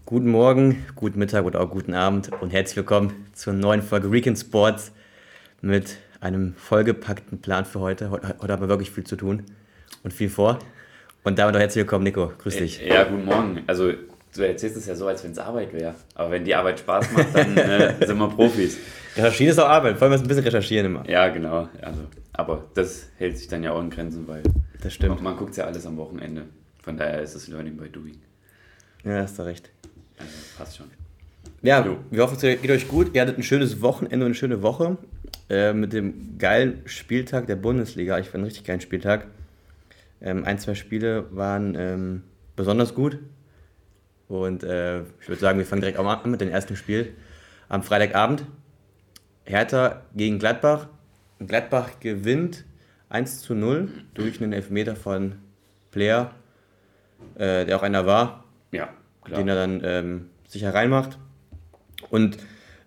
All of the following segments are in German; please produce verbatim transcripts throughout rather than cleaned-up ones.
Guten Morgen, guten Mittag oder auch guten Abend und herzlich willkommen zur neuen Folge Weekend Sports mit einem vollgepackten Plan für heute. Heute, heute haben wir wirklich viel zu tun und viel vor. Und damit auch herzlich willkommen, Nico. Grüß dich. Ja, guten Morgen. Also, du erzählst es ja so, als wenn es Arbeit wäre. Aber wenn die Arbeit Spaß macht, dann äh, sind wir Profis. Recherchieren ist auch Arbeit, vor allem ein bisschen recherchieren immer. Ja, genau. Also, aber das hält sich dann ja auch in Grenzen, weil Das stimmt. man, man guckt ja alles am Wochenende. Von daher ist es Learning by Doing. Ja, hast du recht. Also, passt schon. Ja, Jo. wir hoffen, es geht euch gut. Ihr hattet ein schönes Wochenende und eine schöne Woche äh, mit dem geilen Spieltag der Bundesliga. Ich fand einen richtig geilen Spieltag. Ähm, ein, zwei Spiele waren ähm, besonders gut. Und äh, ich würde sagen, wir fangen direkt auch mal an mit dem ersten Spiel. Am Freitagabend. Hertha gegen Gladbach. Gladbach gewinnt eins zu null durch einen Elfmeter von Player, äh, der auch einer war, Ja, klar. den er dann ähm, sicher reinmacht. Und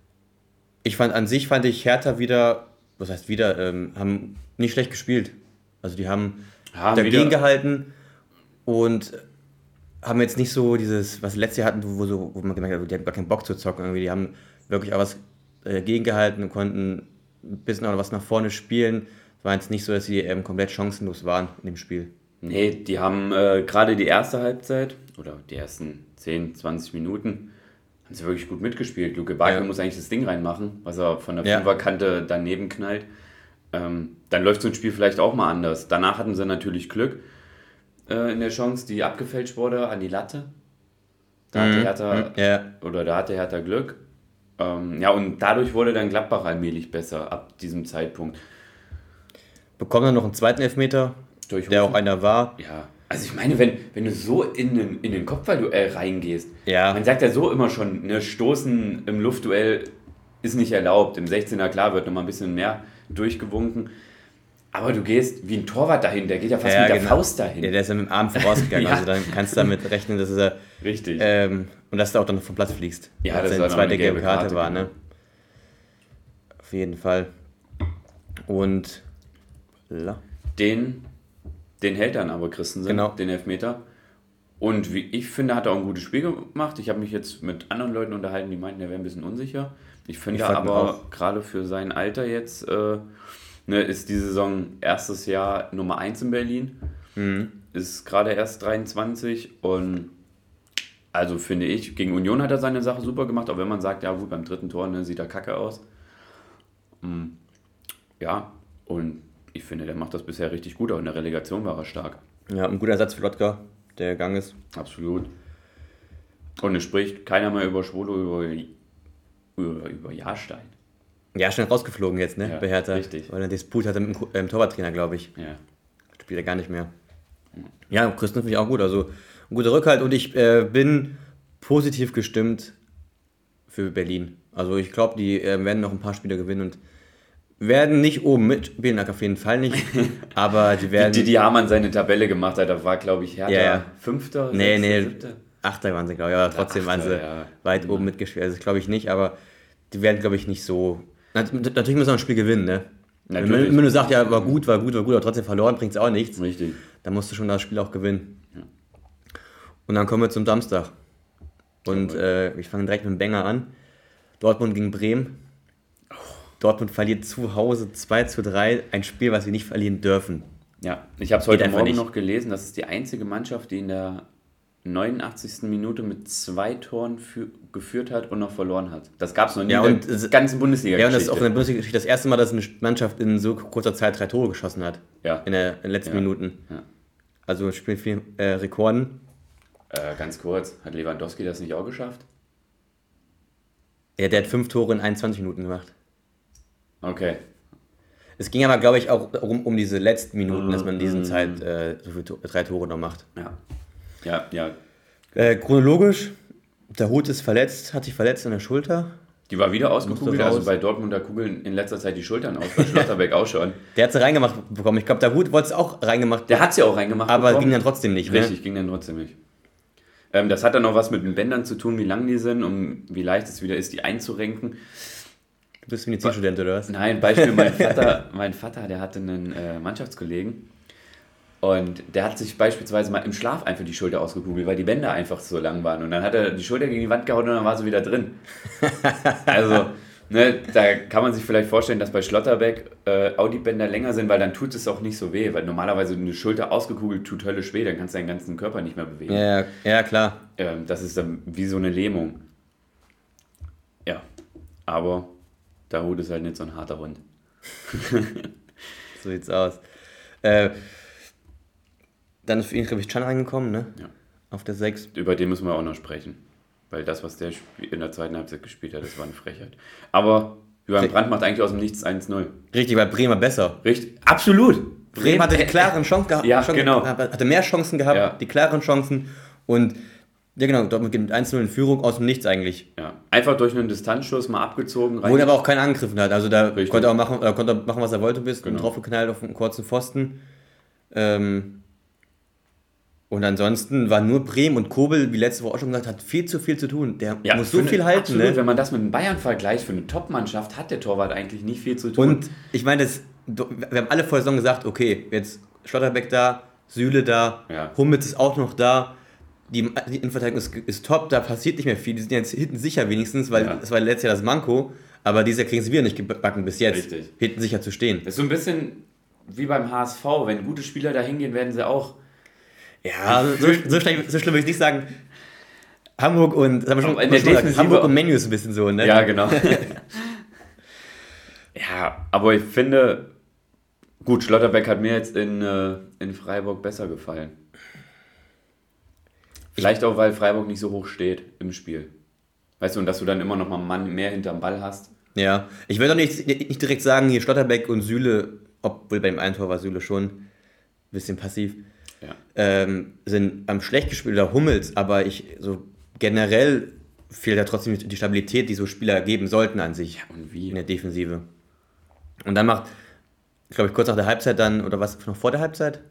ich fand an sich, fand ich Hertha wieder, was heißt wieder, ähm, haben nicht schlecht gespielt. Also die haben Haben dagegen wieder- gehalten und haben jetzt nicht so dieses, was sie letztes Jahr hatten, wo, so, wo man gemerkt hat, die haben gar keinen Bock zu zocken. Irgendwie. Die haben wirklich auch was äh, gegengehalten und konnten ein bisschen auch was nach vorne spielen. Es war jetzt nicht so, dass sie ähm, komplett chancenlos waren in dem Spiel. Nee, die haben äh, gerade die erste Halbzeit oder die ersten zehn, zwanzig Minuten haben sie wirklich gut mitgespielt. Luke Bakio Ja. muss eigentlich das Ding reinmachen, was er von der Ja. Fünferkante daneben knallt. Ähm, dann läuft so ein Spiel vielleicht auch mal anders. Danach hatten sie natürlich Glück äh, in der Chance, die abgefälscht wurde an die Latte. Da hatte Hertha, Ja, oder da hatte Hertha Glück. Ähm, ja, und dadurch wurde dann Gladbach allmählich besser ab diesem Zeitpunkt. bekommen dann noch einen zweiten Elfmeter, Durch der auch Hofen. einer war. Ja, also ich meine, wenn, wenn du so in den, in den Kopfballduell reingehst, Ja. man sagt ja so immer schon, ne, Stoßen im Luftduell ist nicht erlaubt. Im sechzehner, klar, wird nochmal ein bisschen mehr durchgewunken. Aber du gehst wie ein Torwart dahin, der geht ja fast Ja, mit der genau. Faust dahin. Ja, der ist ja mit dem Arm vorausgegangen, Ja. also dann kannst du damit rechnen, dass er Richtig. ähm, und dass du auch dann vom Platz fliegst. Ja, Weil das es war seine noch zweite eine gelbe gelbe Karte Karte, war, genau. ne? Auf jeden Fall. Und la. Den, den hält dann aber Christensen, Genau. den Elfmeter. Und wie ich finde, hat er auch ein gutes Spiel gemacht. Ich habe mich jetzt mit anderen Leuten unterhalten, die meinten, er wäre ein bisschen unsicher. Ich finde Ich fand aber auch. gerade für sein Alter jetzt äh, ne, ist die Saison erstes Jahr Nummer eins in Berlin. Mhm. Ist gerade erst dreiundzwanzig und also finde ich, gegen Union hat er seine Sache super gemacht, auch wenn man sagt, ja gut, beim dritten Tor ne, sieht er kacke aus. Mm, Ja, und ich finde, der macht das bisher richtig gut, auch in der Relegation war er stark. Ja, ein guter Ersatz für Lotka, der gegangen ist. Absolut. Und es spricht keiner mehr über Schwolo, über, über, über Jahrstein. Ja, schnell rausgeflogen jetzt, ne? Ja, bei Hertha. richtig. Weil er Disput hatte mit dem ähm, Torwarttrainer, glaube ich. Ja. Spielt er gar nicht mehr. Ja, Christen finde ich auch gut. Also ein guter Rückhalt und ich äh, bin positiv gestimmt für Berlin. Also ich glaube, die äh, werden noch ein paar Spiele gewinnen und werden nicht oben mitspielen, auf jeden Fall nicht. Aber die werden. Die, die Hamann seine Tabelle gemacht hat, da war, glaube ich, Hertha Ja, ja. Fünfter, Nee, Sechster, nee, Siebter. Achter waren sie, glaube ich, aber trotzdem waren Achter, sie ja. weit oben mitgespielt. Also, das glaube ich nicht, aber die werden, glaube ich, nicht so. Nat- Natürlich müssen wir ein Spiel gewinnen, ne? Wenn, Natürlich. wenn du sagst, ja, war gut, war gut, war gut, aber trotzdem verloren, bringt es auch nichts. Richtig. Dann musst du schon das Spiel auch gewinnen. Ja. Und dann kommen wir zum Samstag. Und Jawohl. äh, ich fange direkt mit dem Banger an. Dortmund gegen Bremen. Dortmund verliert zu Hause zwei zu drei. Ein Spiel, was sie nicht verlieren dürfen. Ja, ich habe es heute einfach Morgen nicht. noch gelesen, das ist die einzige Mannschaft, die in der neunundachtzigsten Minute mit zwei Toren für, geführt hat und noch verloren hat. Das gab es noch nie Ja, in und der es- ganzen Bundesliga-Geschichte. Ja, und das ist auch in der Bundesliga-Geschichte das erste Mal, dass eine Mannschaft in so kurzer Zeit drei Tore geschossen hat. Ja. In, der, in den letzten Ja. Minuten. Ja. Also spielt viel äh, Rekorden. Äh, ganz kurz, hat Lewandowski das nicht auch geschafft? Ja, der hat fünf Tore in einundzwanzig Minuten gemacht. Okay. Es ging aber, glaube ich, auch um, um diese letzten Minuten, dass man in diesen Zeit äh, so viel, drei Tore noch macht. Ja. Ja, ja. Äh, chronologisch, der Hut ist verletzt, hat sich verletzt an der Schulter. Die war wieder ausgekugelt, Musste raus. also bei Dortmunder kugeln in letzter Zeit die Schultern aus, bei Schlotterbeck auch schon. Der hat sie reingemacht bekommen. Ich glaube, der Hut wollte es auch reingemacht, Der hat sie auch reingemacht aber bekommen. ging dann trotzdem nicht. Ne? Richtig, ging dann trotzdem nicht. Ähm, das hat dann noch was mit den Bändern zu tun, wie lang die sind und wie leicht es wieder ist, die einzurenken. Du bist Medizinstudent, oder was? Nein, Beispiel, mein Vater, mein Vater, der hatte einen äh, Mannschaftskollegen Und der hat sich beispielsweise mal im Schlaf einfach die Schulter ausgekugelt, weil die Bänder einfach so lang waren. Und dann hat er die Schulter gegen die Wand gehauen und dann war sie wieder drin. Also, ne, da kann man sich vielleicht vorstellen, dass bei Schlotterbeck äh, auch die Bänder länger sind, weil dann tut es auch nicht so weh. Weil normalerweise eine Schulter ausgekugelt tut höllisch weh, dann kannst du deinen ganzen Körper nicht mehr bewegen. Ja, ja klar. Ähm, das ist dann wie so eine Lähmung. Ja, aber der Hut ist halt nicht so ein harter Hund. So sieht's aus. Äh, dann ist für ihn, glaube ich, Can reingekommen, ne? Ja. Auf der sechs. Über den müssen wir auch noch sprechen. Weil das, was der in der zweiten Halbzeit gespielt hat, das war eine Frechheit. Aber Johann Brandt macht eigentlich aus dem Nichts eins null. Richtig, weil Bremer besser. Richtig, absolut. Bremen hatte die klaren Chancen gehabt. Ja, Chancen, genau. Hatte mehr Chancen gehabt, Ja. die klaren Chancen. Und ja genau, Dortmund geht mit eins null in Führung aus dem Nichts eigentlich. Ja. Einfach durch einen Distanzschuss mal abgezogen. Wo er aber auch keinen angegriffen hat. Also da Richtig. konnte er auch machen, äh, konnte er machen, was er wollte, bis Genau. und draufgeknallt auf einen kurzen Pfosten. Ähm, und ansonsten war nur Bremen und Kobel, wie letzte Woche auch schon gesagt, hat viel zu viel zu tun. Der Ja, muss so für viel eine, halten. Absolut, Ne? wenn man das mit den Bayern vergleicht, für eine Top-Mannschaft hat der Torwart eigentlich nicht viel zu tun. Und ich meine, das, wir haben alle vor der Saison gesagt, okay, jetzt Schlotterbeck da, Süle da, Ja. Hummels ist auch noch da. Die, die Innenverteidigung ist, ist top, da passiert nicht mehr viel. Die sind jetzt hinten sicher wenigstens, weil Ja. das war letztes Jahr das Manko. Aber dieses Jahr kriegen sie wieder nicht gebacken bis jetzt, Richtig. hinten sicher zu stehen. Das ist so ein bisschen wie beim H S V. Wenn gute Spieler da hingehen, werden sie auch. Ja, so, so, schlimm, so schlimm will ich nicht sagen. Hamburg und, das haben wir schon, Aber in schon der gesagt, Defensive- Hamburg und Menu ist ein bisschen so, ne? Ja, genau. Ja, aber ich finde, gut, Schlotterbeck hat mir jetzt in, äh, in Freiburg besser gefallen. Vielleicht auch, weil Freiburg nicht so hoch steht im Spiel. Weißt du, und dass du dann immer noch mal einen Mann mehr hinterm Ball hast. Ja, ich will doch nicht, nicht direkt sagen, hier Schlotterbeck und Süle, obwohl beim einen Tor war Süle schon ein bisschen passiv, Ja. ähm, sind am schlecht gespielt oder Hummels, aber ich so generell fehlt da trotzdem die Stabilität, die so Spieler geben sollten an sich Und wie? in der Defensive. Und dann macht, glaube ich, kurz nach der Halbzeit dann, oder was, noch vor der Halbzeit?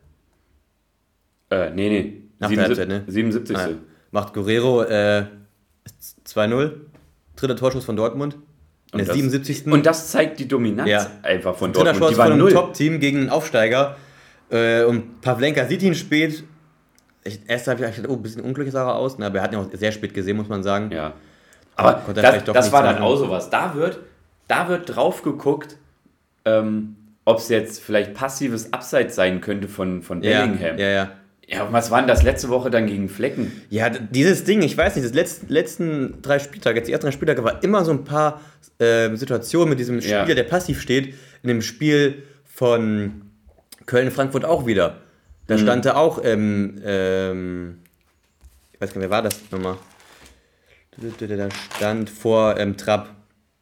Äh, nee, nee. Nach der Halbzeit, ne? siebenundsiebzig. Ah, ja. Macht Guerrero äh, zwei null, dritter Torschuss von Dortmund. In der das- siebenundsiebzigsten Und das zeigt die Dominanz Ja. einfach von Dritter Dortmund. Chance Die von waren einem null. Top-Team gegen einen Aufsteiger. Äh, und Pavlenka sieht ihn spät. Ich, erst habe ich gedacht, oh, ein bisschen unglücklich sah er aus. Na, aber er hat ihn auch sehr spät gesehen, muss man sagen. Ja. Aber Konnte er das, vielleicht doch das nichts war dann machen. auch sowas. Da wird, da wird drauf geguckt, ähm, ob es jetzt vielleicht passives Abseits sein könnte von, von Ja, Bellingham. ja, ja. Ja, und was war denn das letzte Woche dann gegen Flecken? Ja, d- dieses Ding, ich weiß nicht, das letzten, letzten drei Spieltage, jetzt die ersten drei Spieltage, war immer so ein paar äh, Situationen mit diesem Spieler, Ja. der passiv steht, in dem Spiel von Köln-Frankfurt auch wieder. Da Mhm. stand er auch, ähm, ähm, ich weiß gar nicht, wer war das nochmal? Da stand vor ähm, Trapp,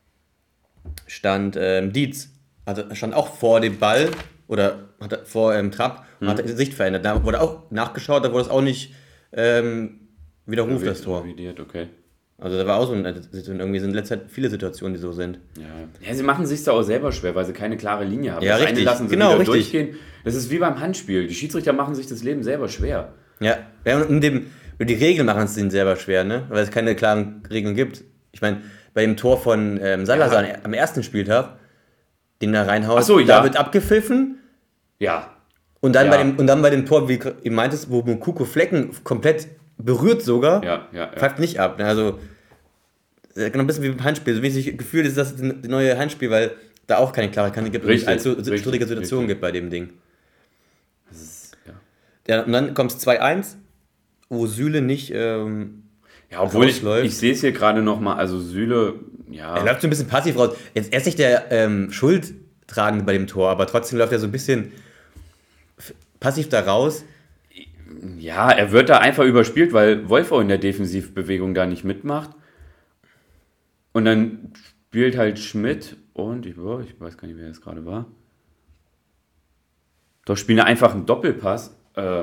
stand ähm, Dietz, also stand auch vor dem Ball oder hat vor ähm, Trapp und hat die Sicht verändert. Da wurde auch nachgeschaut, da wurde es auch nicht ähm, widerruft, das Tor. Revidiert, okay. Also da war auch so eine Situation, irgendwie sind in letzter Zeit viele Situationen, die so sind. Ja. ja, sie machen sich da auch selber schwer, weil sie keine klare Linie haben. Ja, das richtig. eine lassen sie Genau, wieder richtig. durchgehen. Das ist wie beim Handspiel. Die Schiedsrichter machen sich das Leben selber schwer. Ja, ja und in dem, die Regeln machen es ihnen selber schwer, ne? Weil es keine klaren Regeln gibt. Ich meine, bei dem Tor von ähm, Salazar Ja. am ersten Spieltag, den da reinhaut, Ach so, da ja. wird abgepfiffen. Ja. Und dann, Ja. bei dem, und dann bei dem Tor, wie ihr meintest, wo Mukoko Flecken komplett berührt sogar, Ja, ja, ja. pfeift nicht ab. Ne? Also, äh, genau ein bisschen wie beim Handspiel. So wie sich gefühlt ist das das neue Handspiel, weil da auch keine klare Kante gibt und Richtig, nicht allzu richtig, strittige Situationen richtig. gibt bei dem Ding. Das ist, ja. Ja, und dann kommt es zwei eins, wo Süle nicht. Ähm, Ja, obwohl ich, rausläuft. ich sehe es hier gerade nochmal, also Süle, ja. Er läuft so ein bisschen passiv raus. Jetzt er ist nicht der ähm, Schuldtragende bei dem Tor, aber trotzdem läuft er so ein bisschen f- passiv da raus. Ja, er wird da einfach überspielt, weil Wolf auch in der Defensivbewegung da nicht mitmacht. Und dann spielt halt Schmidt und, ich, boah, ich weiß gar nicht, wer das gerade war. Doch spielen einfach einen Doppelpass. Äh,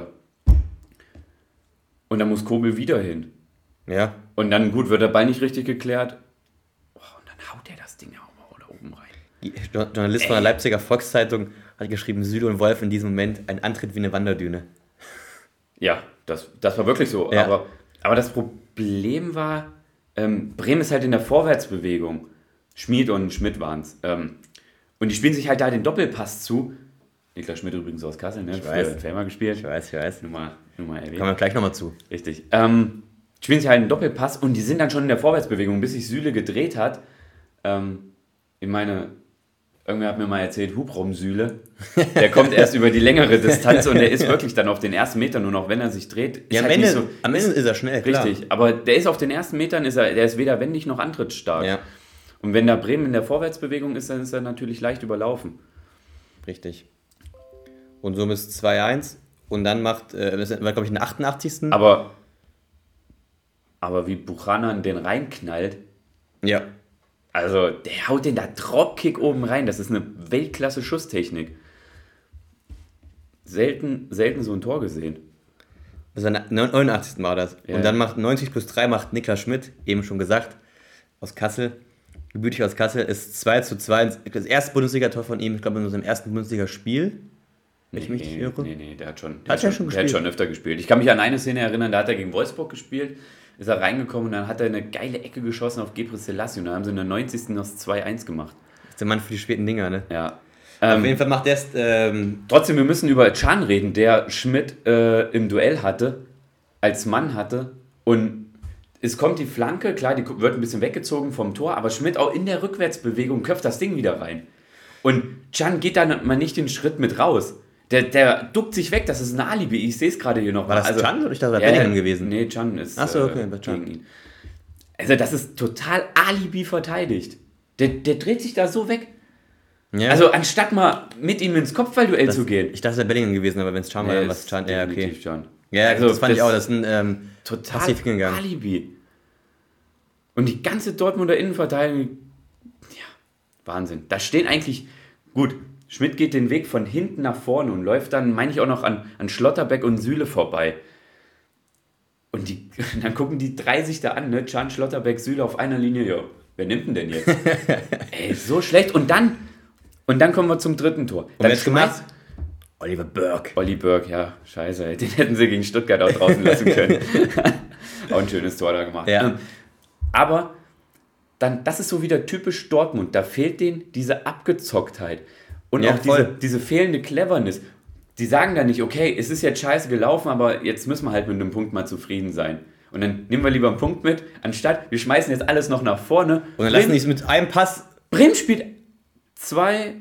und dann muss Kobel wieder hin. Ja. Und dann, gut, wird der Ball nicht richtig geklärt. Oh, und dann haut er das Ding ja auch mal da oben rein. Die Jo- Journalist von der Leipziger Volkszeitung hat geschrieben, Süle und Wolf in diesem Moment ein Antritt wie eine Wanderdüne. Ja, das, das war wirklich so. Ja. Aber, aber das Problem war, ähm, Bremen ist halt in der Vorwärtsbewegung. Schmid und Schmidt waren es. Ähm, und die spielen sich halt da den Doppelpass zu. Niklas Schmidt übrigens aus Kassel, ne? Ich weiß. Für Felmer gespielt. Ich weiß, ich weiß. Nur mal, nur mal erwähnen. Kommen wir gleich nochmal zu. Richtig. Ähm, spielen sie halt einen Doppelpass und die sind dann schon in der Vorwärtsbewegung, bis sich Süle gedreht hat. Ähm, ich meine, irgendwer hat mir mal erzählt, Hubraum-Süle, der kommt erst über die längere Distanz und der ist wirklich dann auf den ersten Metern nur noch, wenn er sich dreht. Ist Ja, am, halt Ende, nicht so, am Ende ist er schnell, klar. richtig, aber der ist auf den ersten Metern, ist er, der ist weder wendig noch antrittstark. Ja, Und wenn da Bremen in der Vorwärtsbewegung ist, dann ist er natürlich leicht überlaufen. richtig. Und somit ist zwei eins und dann macht, äh, das war glaube ich in der achtundachtzigsten Aber, aber wie Buchanan den reinknallt, Ja, also der haut den da Dropkick oben rein, das ist eine Weltklasse-Schusstechnik. Selten, selten so ein Tor gesehen. das war in der neunundachtzigsten war das. Ja. Und dann macht neunzig plus drei macht Niklas Schmidt, eben schon gesagt, aus Kassel, gebürtig aus Kassel, ist zwei zu zwei, das erste Bundesliga-Tor von ihm, ich glaube in seinem ersten Bundesliga-Spiel. Wenn ich mich nicht irre. Nee, nee, der hat schon, der Hat hat er schon, schon der hat gespielt? schon öfter gespielt. Ich kann mich an eine Szene erinnern, da hat er gegen Wolfsburg gespielt, ist er reingekommen und dann hat er eine geile Ecke geschossen auf Gebre Selassie und dann haben sie in der neunzigsten noch zwei eins gemacht. Das ist der Mann für die späten Dinger, ne? Ja. Auf Ähm, jeden Fall macht er es, ähm, trotzdem, wir müssen über Can reden, der Schmidt äh, im Duell hatte, als Mann hatte und es kommt die Flanke, klar, die wird ein bisschen weggezogen vom Tor, aber Schmidt auch in der Rückwärtsbewegung köpft das Ding wieder rein. Und Can geht dann mal nicht den Schritt mit raus. Der, der duckt sich weg, das ist ein Alibi, ich sehe es gerade hier noch. war das also, Can oder ich dachte, das ja, wäre Bellingham der- gewesen? Nee, Can ist Ach so, okay, äh, bei Can. gegen ihn. Also das ist total Alibi verteidigt. Der, der dreht sich da so weg. Ja. Also anstatt mal mit ihm ins Kopfballduell das, zu gehen. ich dachte, es wäre Bellingham gewesen, aber wenn es Can war, Nee, dann war es ist Can. Ja, okay. definitiv Can. Ja, Also, das fand ich das- auch, das ist ein ähm, Total passiv hingegangen. Alibi. Und die ganze Dortmunder Innenverteidigung, ja, Wahnsinn. Da stehen eigentlich, gut, Schmidt geht den Weg von hinten nach vorne und läuft dann, meine ich auch noch, an, an Schlotterbeck und Süle vorbei. Und die, dann gucken die drei sich da an, ne? Can, Schlotterbeck, Süle auf einer Linie, ja, wer nimmt denn denn jetzt? Ey, so schlecht. Und dann, und dann kommen wir zum dritten Tor. Und Dann wer hat's schmeißt gemacht? Oliver Burke. Olli Burke, ja, scheiße, ey, den hätten sie gegen Stuttgart auch draußen lassen können. Auch ein schönes Tor da gemacht. Ja. Ähm, Aber dann, das ist so wieder typisch Dortmund. Da fehlt denen diese Abgezocktheit und Ja, auch diese, voll. diese fehlende Cleverness. Die sagen dann nicht, okay, es ist jetzt scheiße gelaufen, aber jetzt müssen wir halt mit einem Punkt mal zufrieden sein. Und dann nehmen wir lieber einen Punkt mit, anstatt wir schmeißen jetzt alles noch nach vorne. Und dann lassen Bremen, die es mit einem Pass. Bremen spielt zwei,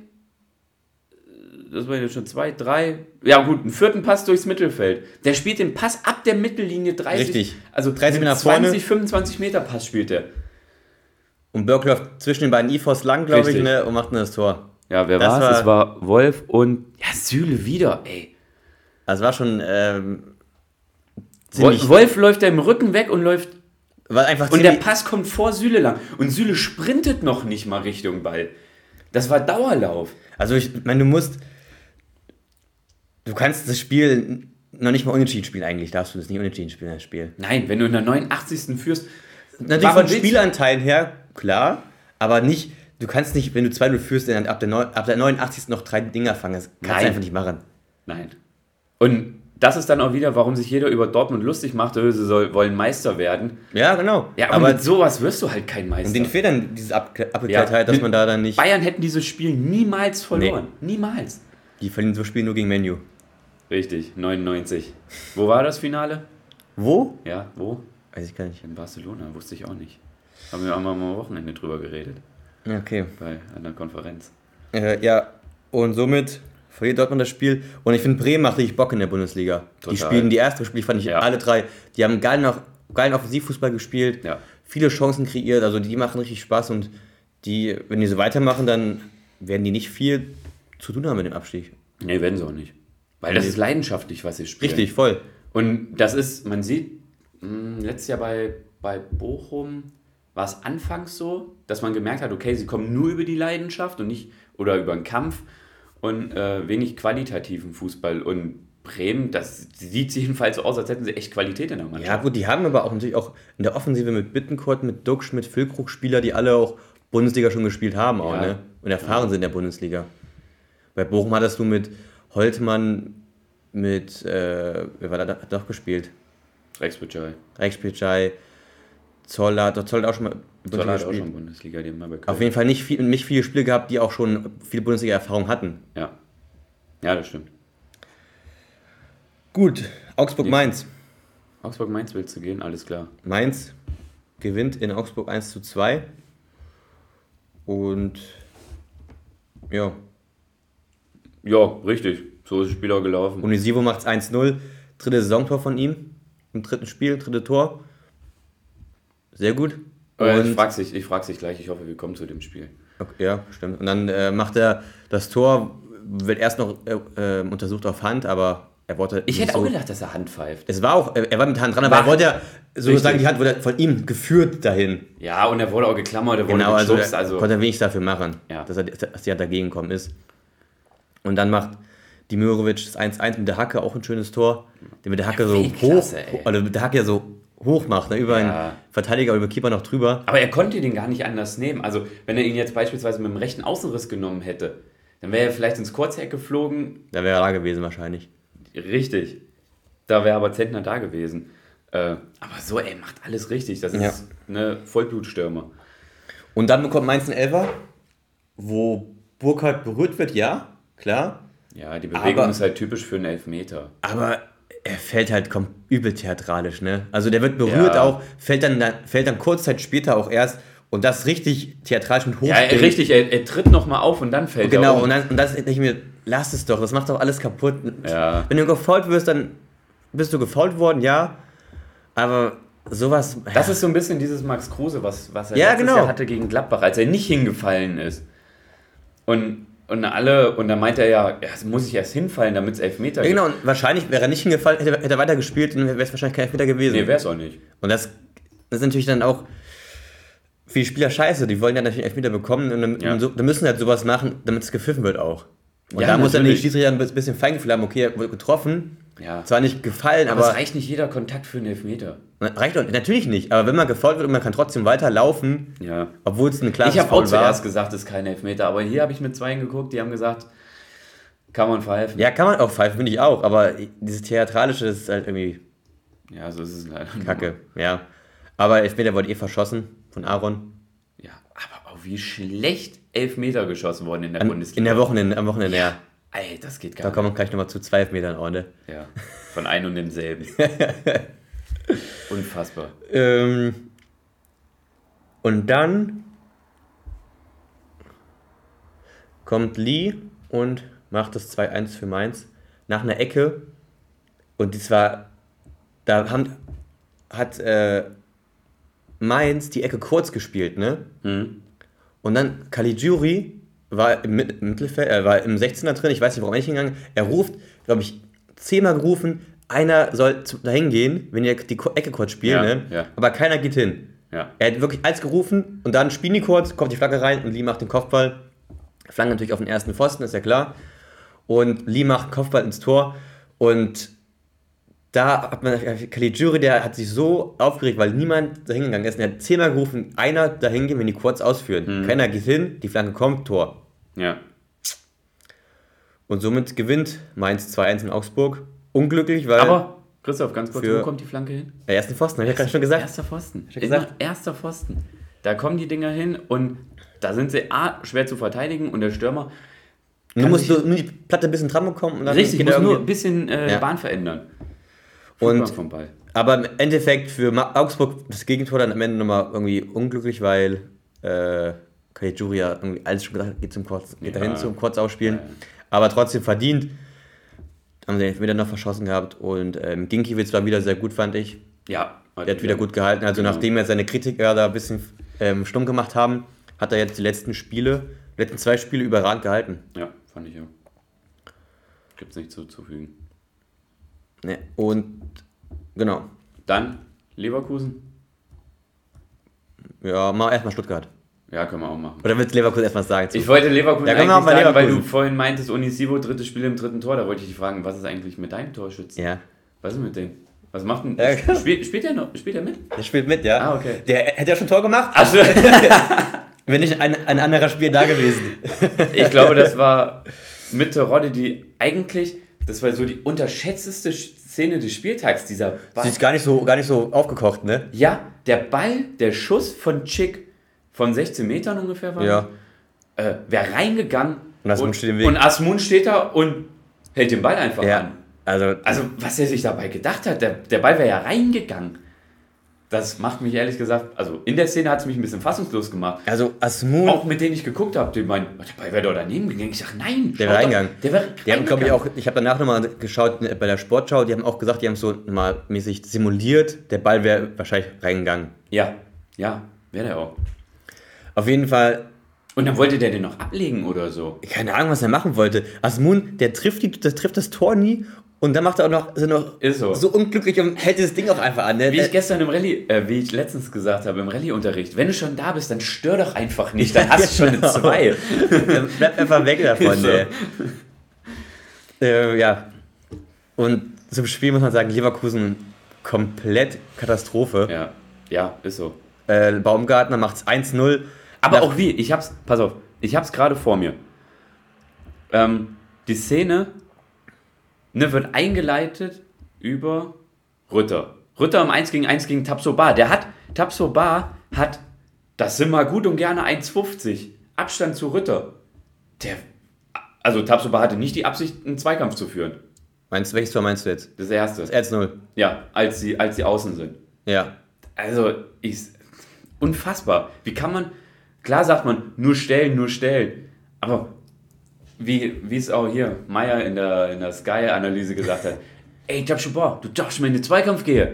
das war jetzt schon zwei, drei, ja gut, einen vierten Pass durchs Mittelfeld. Der spielt den Pass ab der Mittellinie dreißig. Richtig. Also dreißig Meter nach zwanzig, vorne. fünfundzwanzig Meter Pass spielt der. Und Burke läuft zwischen den beiden I V Os lang, glaube ich, Richtig. ne, und macht dann das Tor. Ja, wer Das war's? war- Es war Wolf und ja, Süle wieder, ey. Also war schon ähm, Wolf, ziemlich, Wolf läuft da im Rücken weg und läuft war einfach und der ziemlich, Pass kommt vor Süle lang und Süle sprintet noch nicht mal Richtung Ball. Das war Dauerlauf. also ich meine, du musst, du kannst das Spiel noch nicht mal unentschieden spielen eigentlich, darfst du das nicht unentschieden spielen, das Spiel. Nein, wenn du in der neunundachtzigsten führst, Natürlich warum von willst- Spielanteilen her, klar, aber nicht, du kannst nicht, wenn du zwei null führst, dann ab der, neun- ab der neunundachtzigsten noch drei Dinger fangen, das kannst Nein. du einfach nicht machen. Nein. Und das ist dann auch wieder, warum sich jeder über Dortmund lustig macht, äh, sie soll, wollen Meister werden. Ja, genau. Ja, aber aber mit sowas wirst du halt kein Meister. und den fehlt dann diese Ab Abgeklärtheit, dass mit man da dann nicht, Bayern hätten dieses Spiel niemals verloren. Niemals. die verlieren so Spiele nur gegen Menu. Richtig, neunundneunzig. Wo war das Finale? Wo? Ja, wo? Weiß ich gar nicht. In Barcelona, wusste ich auch nicht. Haben wir auch mal am Wochenende drüber geredet, Ja, okay. bei einer Konferenz. Äh, ja, und somit verliert Dortmund das Spiel. Und ich finde, Bremen macht richtig Bock in der Bundesliga. Total. Die spielen die erste Spiel, fand ich Ja. alle drei. Die haben geilen, auch- geilen Offensivfußball gespielt, Ja. viele Chancen kreiert. Also die machen richtig Spaß. Und die, wenn die so weitermachen, dann werden die nicht viel zu tun haben mit dem Abstieg. Nee, werden sie auch nicht. Weil das Nee. ist leidenschaftlich, was sie spielen. Richtig, voll. Und das ist, man sieht, mh, letztes Jahr bei, bei Bochum war es anfangs so, dass man gemerkt hat, okay, sie kommen nur über die Leidenschaft und nicht, oder über den Kampf und äh, wenig qualitativen Fußball. Und Bremen, das sieht jedenfalls so aus, als hätten sie echt Qualität in der Mannschaft. Ja gut, die haben aber auch natürlich auch in der Offensive mit Bittencourt, mit Duxch, mit Füllkrug Spieler, die alle auch Bundesliga schon gespielt haben auch, Ja. ne? Und erfahren sind in der Bundesliga. Bei Bochum hattest du mit Holtmann, mit, äh, wer war da, hat doch gespielt? Rex Bitschei. Rex Pichai, Zoller, doch Zoller hat auch schon mal Zoller hat auch gespielt. schon Bundesliga, die haben wir bekommen. Auf jeden Fall nicht, viel, nicht viele Spiele gehabt, die auch schon viel Bundesliga-Erfahrung hatten. Ja. Ja, das stimmt. Gut, Augsburg-Mainz. Augsburg-Mainz willst du gehen? Alles klar. Mainz gewinnt in Augsburg eins zu zwei. Und ja. Ja, richtig. So ist das Spiel auch gelaufen. Unisivo macht es eins null. Dritte Saisontor von ihm. Im dritten Spiel, dritte Tor. Sehr gut. Äh, Und ich frage dich, ich frag dich gleich. Ich hoffe, wir kommen zu dem Spiel. okay, ja, stimmt. Und dann äh, macht er das Tor, wird erst noch äh, äh, untersucht auf Hand, aber er wollte. Ich hätte so, auch gedacht, dass er Hand pfeift. Es war auch, er war mit Hand dran, aber War er wollte ja sozusagen, richtig. die Hand wurde von ihm geführt dahin. Ja, und er wurde auch geklammert, er wurde Genau, also, geschubst. er Also, konnte er wenig dafür machen, Ja. dass, er, dass die Hand dagegen gekommen ist. Und dann macht Dimirovic das eins eins mit der Hacke, auch ein schönes Tor, der mit der Hacke Ja, so Weltklasse, hoch, ey. also mit der Hacke so hoch macht, ne, über Ja. einen Verteidiger, über den Keeper noch drüber. aber er konnte den gar nicht anders nehmen. Also, wenn er ihn jetzt beispielsweise mit dem rechten Außenriss genommen hätte, dann wäre er vielleicht ins Kurzeck geflogen. Da wäre er da gewesen wahrscheinlich. Richtig. Da wäre aber Zentner da gewesen. Äh, aber so, ey, macht alles richtig. Das ist Ja. eine Vollblutstürmer. Und dann bekommt Mainz einen Elfer, wo Burkhardt berührt wird, ja, klar. Ja, die Bewegung Aber- ist halt typisch für einen Elfmeter. Aber er fällt halt kom- übel theatralisch, ne? Also der wird berührt Ja. auch, fällt dann, dann fällt dann kurz Zeit später auch erst und das richtig theatralisch mit Ja, Hochspringen. richtig, er, er tritt nochmal auf und dann fällt Genau, er um. und dann und das denke ich mir, lass es doch, das macht doch alles kaputt. Ja. Wenn du gefoult wirst, dann bist du gefoult worden, ja. Aber sowas. Das ist so ein bisschen dieses Max Kruse, was, was er Ja, letztes genau. Jahr hatte gegen Gladbach, als er nicht hingefallen ist. Und, und alle, und dann meint er ja, ja, es muss ich erst hinfallen, damit es Elfmeter Ja, gibt. genau, und wahrscheinlich wäre er nicht hingefallen, hätte, hätte er weitergespielt, dann wäre es wahrscheinlich kein Elfmeter gewesen. Nee, wäre es auch nicht. Und das, das ist natürlich dann auch für die Spieler scheiße. Die wollen ja natürlich Elfmeter bekommen und dann, Ja. so, dann müssen halt sowas machen, damit es gepfiffen wird auch. Und Ja, da muss dann die natürlich. Schiedsrichter ein bisschen Feingefühl haben, okay, er wurde getroffen, Ja. zwar nicht gefallen, Aber aber, es reicht nicht jeder Kontakt für einen Elfmeter. reicht doch, natürlich nicht. Aber wenn man gefoult wird und man kann trotzdem weiterlaufen, Ja. obwohl es ein klares Ich habe auch Foul war. zuerst gesagt, es ist kein Elfmeter, aber hier habe ich mit zweien geguckt, die haben gesagt, kann man pfeifen. Ja, kann man auch pfeifen, finde ich auch, aber dieses Theatralische ist halt irgendwie Ja, so ist es leider. kacke, ja. Aber Elfmeter wurde eh verschossen von Aaron. Ja, aber auch wie schlecht Elfmeter geschossen worden in der An, Bundesliga. in der Wochenende, am Wochenende, ja. Ey, das geht Da gar kommen wir gleich nochmal zu zwei Elfmetern, auch, ne? nicht. Ja, von einem und demselben. Unfassbar. Ähm, und dann kommt Lee und macht das zwei eins für Mainz nach einer Ecke. Und das war, da haben, hat äh, Mainz die Ecke kurz gespielt, ne? Mhm. Und dann Caligiuri war im, Mit- im Mittelfeld, er war im sechzehner drin, ich weiß nicht, warum er nicht hingegangen. Er ruft, glaube ich, zehnmal gerufen, einer soll zu, dahin gehen, wenn ihr die Ko- Ecke kurz spielen, Ja, ne? ja. Aber keiner geht hin. Ja. Er hat wirklich eins gerufen und dann spielen die kurz, kommt die Flagge rein und Lee macht den Kopfball. Flanke natürlich auf den ersten Pfosten, ist ja klar. Und Lee macht Kopfball ins Tor und da hat man Caligiuri, der hat sich so aufgeregt, weil niemand da hingegangen ist. Und er hat zehnmal gerufen, einer da hingehen, wenn die kurz ausführen. Mhm. Keiner geht hin, die Flanke kommt, Tor. Ja. Und somit gewinnt Mainz zwei eins in Augsburg. Unglücklich, weil Aber, Christoph, ganz kurz, Für- wo kommt die Flanke hin? der ersten Pfosten, habe ich ja gerade schon gesagt. Erster Pfosten. Schon Immer gesagt. erster Pfosten. Da kommen die Dinger hin und da sind sie A, schwer zu verteidigen und der Stürmer Du kann musst sich- nur die Platte ein bisschen dran bekommen. Und dann richtig, geht muss er nur irgendwie- ein bisschen äh, Ja. Bahn verändern. Und- Flugbahn vom Ball. Aber im Endeffekt für Ma- Augsburg das Gegentor dann am Ende nochmal irgendwie unglücklich, weil äh, Caligiuri ja irgendwie alles schon gesagt hat, geht, zum Kurz, geht Ja. dahin zum Kurzausspielen. Ja, ja. Aber trotzdem verdient. Haben sie wieder noch verschossen gehabt und ähm, Ginkiewicz war wieder sehr gut, fand ich. Ja. Der hat wieder gut gehalten. Also Genau. nachdem er seine Kritiker da ein bisschen ähm, stumm gemacht haben, hat er jetzt die letzten Spiele, die letzten zwei Spiele überragend gehalten. Ja, fand ich auch. Gibt's nichts zuzufügen. Ne? Und genau. Dann Leverkusen. Ja, mal erstmal Stuttgart. Ja, können wir auch machen. Oder willst du Leverkusen erstmal sagen? Ich wollte Leverkusen Ja, komm eigentlich mal bei sagen, weil du Leverkusen. vorhin meintest, Unisivo, drittes Spiel im dritten Tor. Da wollte ich dich fragen, was ist eigentlich mit deinem Torschützen? Ja. Was ist mit dem? Was macht denn? Ja, klar. spielt, spielt er noch? Spielt er mit? Der spielt mit, ja. Ah, okay. Der hätte ja schon Tor gemacht, Achso. wenn nicht ein, ein anderer Spiel da gewesen. Ich glaube, das war mit Terodde die eigentlich, das war so die unterschätzteste Szene des Spieltags, dieser Ball. Sie ist gar nicht so, gar nicht so aufgekocht, ne? Ja, der Ball, der Schuss von Chick von sechzehn Metern ungefähr war. Ja. Äh, wäre reingegangen. Und Asmun steht im Weg. Und Asmun steht da und Hält den Ball einfach Ja, an. also, Also, was er sich dabei gedacht hat, der, der Ball wäre ja reingegangen. Das macht mich ehrlich gesagt, also in der Szene hat es mich ein bisschen fassungslos gemacht. also Asmun, Auch mit denen ich geguckt habe, die meinen, der Ball wäre doch daneben gegangen. Ich sage, nein. der wäre reingegangen. Der wäre Die haben, glaube ich, auch, ich habe danach nochmal geschaut bei der Sportschau, die haben auch gesagt, die haben so mal mäßig simuliert, der Ball wäre wahrscheinlich reingegangen. Ja, ja, wäre der auch. Auf jeden Fall, Und dann wollte der den noch ablegen oder so. keine Ahnung, was er machen wollte. Asmun, der trifft, die, der trifft das Tor nie und dann macht er auch noch, so, noch Ist so. so unglücklich und hält dieses Ding auch einfach an. Der, Wie ich gestern im Rallye, äh, wie ich letztens gesagt habe, im Rallye-Unterricht, wenn du schon da bist, dann stör doch einfach nicht, dann hast du schon eine zwei. Dann bleib einfach weg davon, So. ey. Äh, ja. Und zum Spiel muss man sagen, Leverkusen komplett Katastrophe. Ja, ja, ist so. Äh, Baumgartner macht es eins null. Aber Nach- auch wie, ich hab's, pass auf, ich hab's gerade vor mir. Ähm, die Szene ne, wird eingeleitet über Rütter. Rütter im eins gegen eins gegen Tabsoba. Der hat, Tabsoba hat, das sind mal gut und gerne eins fünfzig. Abstand zu Rütter. Der, also Tabsoba hatte nicht die Absicht, einen Zweikampf zu führen. Meinst du, welches Tor meinst du jetzt? Das erste. eins null. Ja, als sie, als sie außen sind. Ja. Also, ich, unfassbar. Wie kann man, klar sagt man, nur stellen, nur stellen. Aber wie, wie es auch hier Meier in der, in der Sky-Analyse gesagt hat, ey, Tabsoba, du darfst mal in den Zweikampf gehen.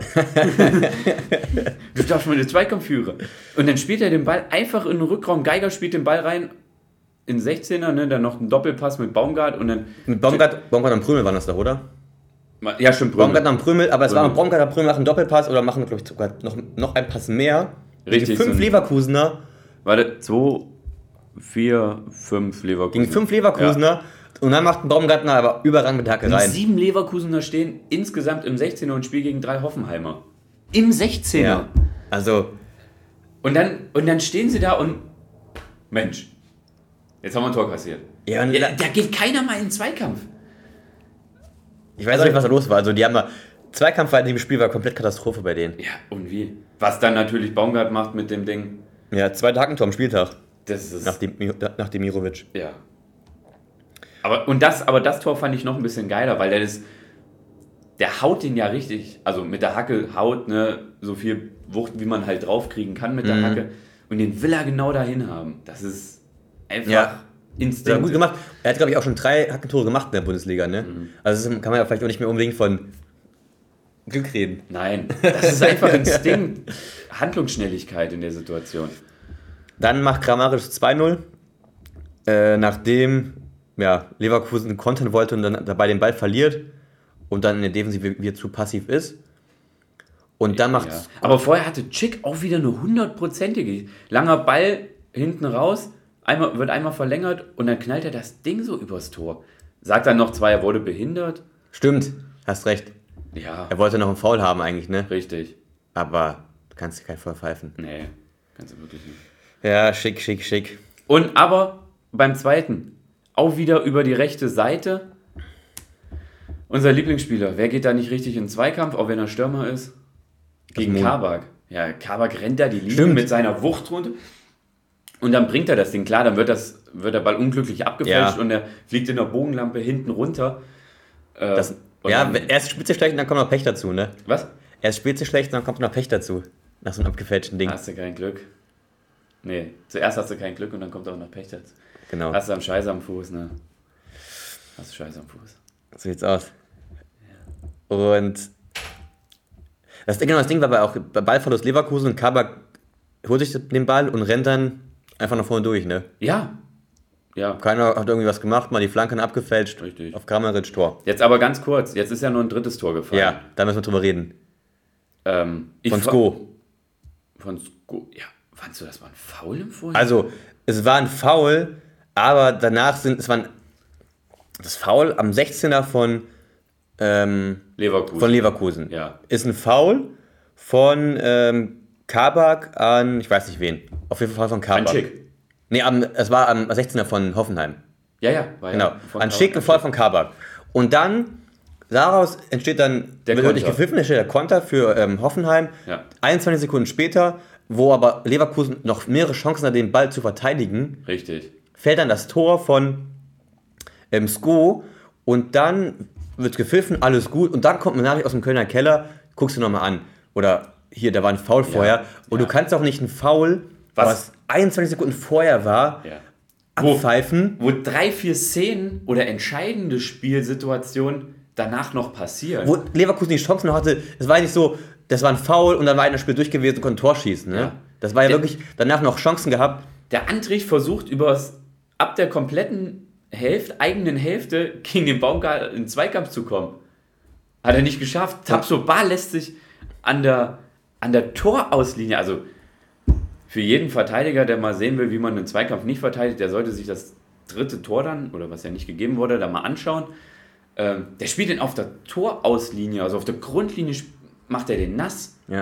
Du darfst mal in den Zweikampf führen. Und dann spielt er den Ball einfach in den Rückraum. Geiger spielt den Ball rein in den sechzehner, ne, dann noch ein Doppelpass mit Baumgart und dann... Mit Baumgart, Baumgart und Prümel waren das doch, oder? Ja, stimmt, Brümmel. Baumgart und Prümel, aber es Prümel. war Baumgart und Prümel machen einen Doppelpass oder machen, glaube ich, sogar noch, noch einen Pass mehr. Richtig, Gegen fünf so ein- Leverkusener. Warte, zwei, vier, fünf Leverkusen. Gegen fünf Leverkusener. Und dann macht ein Baumgartner aber überrang mit der Hacke Ja. rein. Sieben Leverkusener stehen insgesamt im sechzehner und spielen gegen drei Hoffenheimer. Im sechzehner. Ja. Also, Und, dann, und dann stehen sie da und... Mensch, jetzt haben wir ein Tor kassiert. ja, und Ja, da geht keiner mal in den Zweikampf. ich weiß auch nicht, was da los war. Also, die haben mal Zweikampfverhalten im Spiel war komplett Katastrophe bei denen. Ja, und wie? Was dann natürlich Baumgart macht mit dem Ding, Ja, zweiter Hackentor am Spieltag. das ist... Nach, dem, nach Demirovic. Ja. Aber, und das, aber das Tor fand ich noch ein bisschen geiler, weil der das... Der haut den ja richtig, also mit der Hacke haut, ne, so viel Wucht, wie man halt draufkriegen kann mit der Mhm. Hacke. Und den will er genau dahin haben. Das ist einfach Ja. Instinkt. Ja, gut gemacht. Er hat, glaube ich, auch schon drei Hackentore gemacht in der Bundesliga, ne? Mhm. Also, das kann man ja vielleicht auch nicht mehr unbedingt von Glück reden. Nein, das ist einfach Instinkt. Handlungsschnelligkeit in der Situation. Dann macht Kramaric zwei null, äh, nachdem ja, Leverkusen kontern wollte und dann dabei den Ball verliert und dann in der Defensive wieder zu passiv ist. Und dann macht Ja. Aber vorher hatte Chick auch wieder eine hundertprozentige. Langer Ball hinten raus, einmal, wird einmal verlängert und dann knallt er das Ding so übers Tor. Sagt dann noch zwar, er wurde behindert. Stimmt, hast recht. Ja, Er wollte noch einen Foul haben eigentlich, ne? richtig. Aber du kannst dir kein Foul pfeifen. Nee, kannst du wirklich nicht. Ja, schick, schick, schick. Und aber beim zweiten, auch wieder über die rechte Seite. Unser Lieblingsspieler, wer geht da nicht richtig in den Zweikampf, auch wenn er Stürmer ist? Gegen Asmun. Kabak. Ja, Kabak rennt da die Linie Stimmt. mit seiner Wucht runter. Und dann bringt er das Ding. Klar, dann wird, das, wird der Ball unglücklich abgefälscht Ja. und er fliegt in der Bogenlampe hinten runter. Äh, Das, und ja, dann, erst spitze schlecht und dann kommt noch Pech dazu, ne? was? Erst spitze schlecht und dann kommt noch Pech dazu. Nach so einem abgefälschten Ding. Hast du kein Glück? Nee, zuerst hast du kein Glück und dann kommt auch noch Pech dazu. Genau. Hast du am Scheiß am Fuß, ne? Hast du Scheiß am Fuß. So sieht's aus. Und das, genau, das Ding war aber auch bei Ballverlust Leverkusen und Kabak holt sich den Ball und rennt dann einfach nach vorne durch, ne? Ja. Ja. Keiner hat irgendwie was gemacht, mal die Flanken abgefälscht. Richtig. Auf Kramaric Tor. Jetzt aber ganz kurz, jetzt ist ja nur ein drittes Tor gefallen. Ja, da müssen wir drüber reden. Ähm, ich Von fra- Sko. Von Sko. Ja, fandst du, das war ein Foul im Vorhinein? Also, es war ein Foul, aber danach sind, es war ein, das Foul am sechzehner von, ähm, Leverkusen. von Leverkusen. Ja. Ist ein Foul von ähm, Kabak an, ich weiß nicht wen. Auf jeden Fall von Ein Kabak. Schick. Nee, am, es war am sechzehner von Hoffenheim. Ja, ja. War Genau. ja von An Schick, Kabak. gefolgt von Kabak. Und dann, daraus entsteht dann, Der wird wirklich Konter. gepfiffen, entsteht der Konter für ähm, Hoffenheim. Ja. einundzwanzig Sekunden später, wo aber Leverkusen noch mehrere Chancen hat, den Ball zu verteidigen, Richtig. fällt dann das Tor von ähm, Sko und dann wird gepfiffen, alles gut und dann kommt eine Nachricht aus dem Kölner Keller, guckst du nochmal an. Oder hier, da war ein Foul ja, vorher und ja. du kannst auch nicht ein Foul, was, was einundzwanzig Sekunden vorher war, ja. abpfeifen. Wo, wo drei, vier Szenen oder entscheidende Spielsituationen danach noch passieren. Wo Leverkusen die Chancen noch hatte, es war nicht so, das war ein Foul und dann war ein Spiel durch gewesen und konnte ein Tor schießen. Ne? Ja. Das war ja der, wirklich danach noch Chancen gehabt. Der Antrich versucht übers, ab der kompletten Hälfte, eigenen Hälfte gegen den Baumgart in den Zweikampf zu kommen. Hat er nicht geschafft. Tabsoba lässt sich an der, an der Torauslinie, also für jeden Verteidiger, der mal sehen will, wie man einen Zweikampf nicht verteidigt, der sollte sich das dritte Tor dann, oder was ja nicht gegeben wurde, da mal anschauen. Ähm, der spielt den auf der Torauslinie, also auf der Grundlinie macht er den nass. Ja.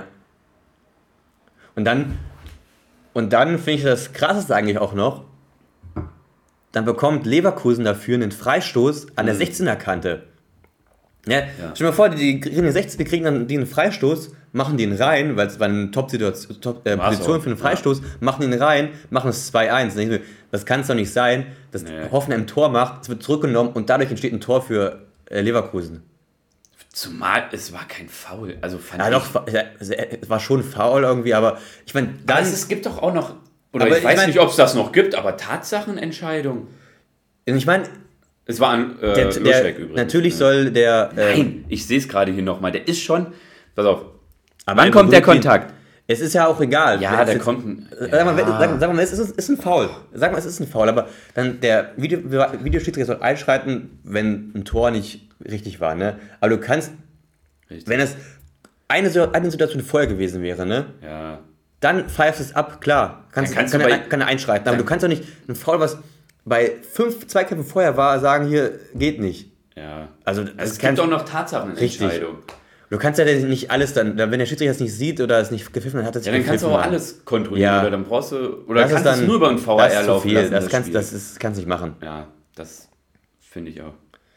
Und dann, und dann finde ich das Krasseste eigentlich auch noch, dann bekommt Leverkusen dafür einen Freistoß an der sechzehner-Kante. Ja, ja. Stell dir mal vor, die kriegen den sechzehn, die kriegen dann den Freistoß, machen den rein, weil es war eine Top-Position Top, äh, Position für einen Freistoß, ja. machen den rein, machen es zwei eins. Das kann es doch nicht sein, dass nee. Hoffenheim ein Tor macht, es wird zurückgenommen und dadurch entsteht ein Tor für äh, Leverkusen. Zumal es war kein Foul. Also fand ja, ich doch, es war schon Foul irgendwie, aber ich meine, dann. Also es gibt doch auch noch, oder ich weiß ich mein, nicht, ob es das noch gibt, aber Tatsachenentscheidung. Ich meine, es war ein äh, der, der, übrigens. Natürlich ja. soll der. Äh, Nein, ich sehe es gerade hier nochmal. Der ist schon. Pass auf. Aber wann kommt der Kontakt? Es ist ja auch egal. Ja, der kommt. Ein, ja. Sag, mal, sag, sag mal, es ist, ist ein Foul. Sag mal, es ist ein Foul. Aber dann der Video, Videoschiedsrichter soll einschreiten, wenn ein Tor nicht richtig war. Ne? Aber du kannst. Richtig. Wenn es eine, eine Situation vorher gewesen wäre, ne? Ja. Dann pfeifst es ab, klar. Kannst, kannst kann, er, kann er einschreiten. Aber du kannst doch nicht ein Foul, was bei fünf Zweikämpfen vorher war, sagen, hier geht nicht. Ja. Also, also es gibt auch noch Tatsachenentscheidung. Du kannst ja nicht alles dann, wenn der Schiedsrichter es nicht sieht oder es nicht gepfiffen hat, hat es ja, dann kannst du auch machen. alles kontrollieren ja. oder dann brauchst du oder das kannst dann, es nur über ein V A R laufen lassen. Das, das kannst das ist, kannst nicht machen. Ja, das finde ich auch.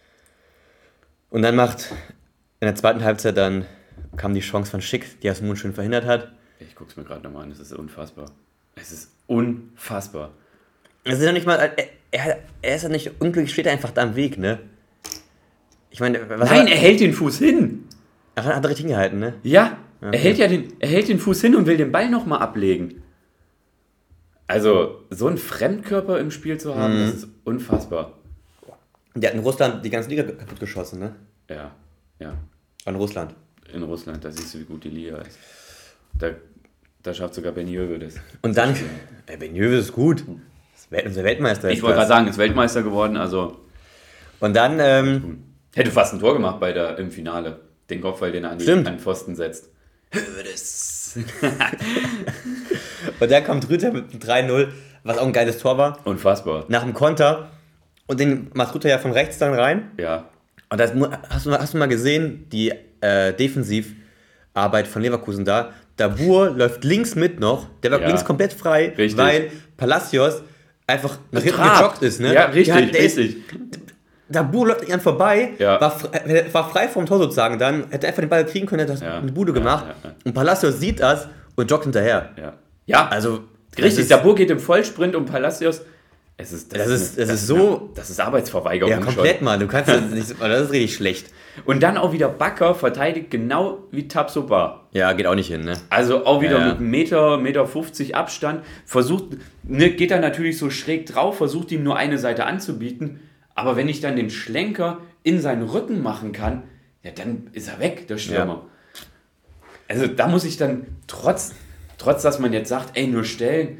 Und dann macht in der zweiten Halbzeit dann kam die Chance von Schick, die Asmun schön verhindert hat. Ich guck's mir gerade nochmal an, es ist unfassbar. Es ist unfassbar. Es ist ja nicht mal, er, er, er ist ja nicht unglücklich, steht er einfach da am Weg, ne? Ich meine, was Nein, er, er hält den Fuß hin. Er hat richtig hingehalten, ne? Ja, okay. er hält ja den, er hält den Fuß hin und will den Ball nochmal ablegen. Also, so einen Fremdkörper im Spiel zu haben, mhm. das ist unfassbar. Der hat in Russland die ganze Liga kaputt geschossen, ne? Ja, ja. In Russland. In Russland, da siehst du, wie gut die Liga ist. Da, da schafft sogar Benjöve das. Und dann, äh, Benjöve ist gut. Ist unser Weltmeister. Ich wollte gerade sagen, ist Weltmeister geworden, also. Und dann, ähm. Hätte fast ein Tor gemacht bei der, im Finale. Den Kopfball, den er an, die, an den Pfosten setzt. Hövedes. Und dann kommt Rüther mit drei null, was auch ein geiles Tor war. Unfassbar. Nach dem Konter. Und den macht Rüther ja von rechts dann rein. Ja. Und das, hast, du, hast du mal gesehen, die äh, Defensivarbeit von Leverkusen da? Dabur läuft links mit noch. Der war ja. links komplett frei, richtig. Weil Palacios einfach nach hinten gejoggt ist. Ne? Ja, richtig, hat, richtig. Ist, Dabur läuft nicht an vorbei, ja. war, war frei vom Tor sozusagen dann, hätte einfach den Ball kriegen können, hätte ja. eine Bude gemacht. Ja, ja, ja. Und Palacios sieht das und joggt hinterher. Ja, ja. Also richtig, Dabur geht im Vollsprint und Palacios. Es ist, das, das, ist, das, das ist so. Das ist Arbeitsverweigerung. Ja, komplett schon. Mal. Du kannst das nicht. Das ist richtig schlecht. Und dann auch wieder Bakker verteidigt genau wie Tabsoba. Ja, geht auch nicht hin, ne? Also auch wieder ja, ja. mit einem Meter, Meter fünfzig Abstand. Versucht, ne, geht er natürlich so schräg drauf, versucht ihm nur eine Seite anzubieten. Aber wenn ich dann den Schlenker in seinen Rücken machen kann, ja, dann ist er weg, der Stürmer. Ja. Also da muss ich dann, trotz, trotz dass man jetzt sagt, ey, nur stellen,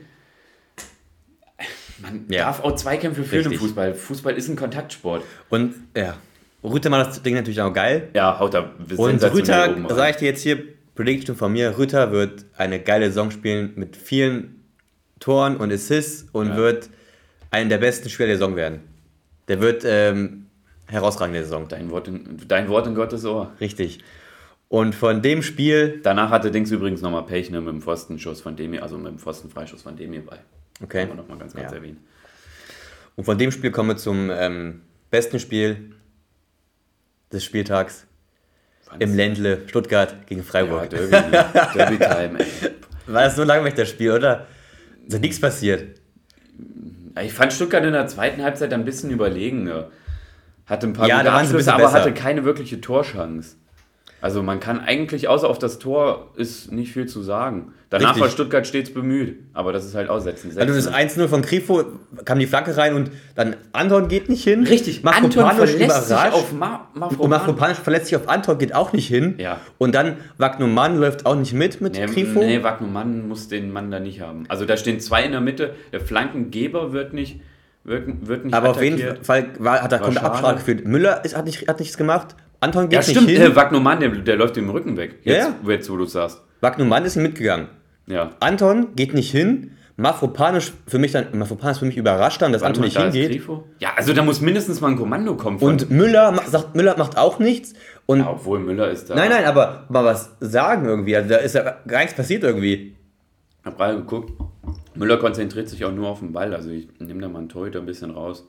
man ja. darf auch Zweikämpfe führen Richtig. Im Fußball. Fußball ist ein Kontaktsport. Und ja, Rüther macht das Ding natürlich auch geil. Ja, haut da. Und Rüther, sage ich dir jetzt hier, Prediction von mir, Rüther wird eine geile Saison spielen mit vielen Toren und Assists und ja. wird einer der besten Spieler der Saison werden. Der wird ähm, herausragende Saison. Dein Wort, in, dein Wort in Gottes Ohr. Richtig. Und von dem Spiel... Danach hatte Dings übrigens nochmal Pech, ne, mit dem Pfostenschuss von Demir, also mit dem Pfostenfreischuss von Demir bei. Okay. Kann man nochmal ganz kurz ja. erwähnen. Und von dem Spiel kommen wir zum ähm, besten Spiel des Spieltags. Fand's im Ländle, Stuttgart gegen Freiburg. Ja, Derby, ne? Derby-Time, ey. War das so langweilig, das Spiel, oder? Ist ja nichts passiert. Ich fand Stuttgart in der zweiten Halbzeit ein bisschen überlegen. Ne? hatte ein paar Ja, gute da waren sie ein Abschlüsse, bisschen aber besser. hatte keine wirkliche Torchance. Also man kann eigentlich, außer auf das Tor, ist nicht viel zu sagen. Danach Richtig. war Stuttgart stets bemüht, aber das ist halt aussetzen. Also das eins null von Grifo, kam die Flanke rein und dann Anton geht nicht hin. Richtig, Mafropanos Anton verlässt sich überrascht. auf Ma- Und Mafropanos. Mafropanos verletzt sich auf Anton, geht auch nicht hin. Ja. Und dann Wagnumann läuft auch nicht mit mit Nee, Grifo. nee, Wagnumann muss den Mann da nicht haben. Also da stehen zwei in der Mitte, der Flankengeber wird nicht, wird, wird nicht Aber auf attackiert. jeden Fall war, hat er War kommt der schade. Abschlag geführt. Müller ist, hat, nicht, hat nichts gemacht. Anton geht Ja, nicht stimmt, hin. äh, Wagnumann, der, der läuft dem Rücken weg. Ja, Jetzt, ja. jetzt wo du es sagst. Wagnumann ist mitgegangen. Ja. Anton geht nicht hin. Mafropanos für mich dann Mafropanos für mich überrascht dann, dass Warte Anton mal, nicht da ist hingeht. Grifo. Ja, also da muss mindestens mal ein Kommando kommen. Von, Und Müller ma- sagt, Müller macht auch nichts. Und ja, obwohl Müller ist da. nein, nein, aber mal was sagen irgendwie. Also da ist ja gar nichts passiert irgendwie. Ich hab gerade geguckt. Müller konzentriert sich auch nur auf den Ball. Also ich nehme da mal einen Torhüter ein bisschen raus.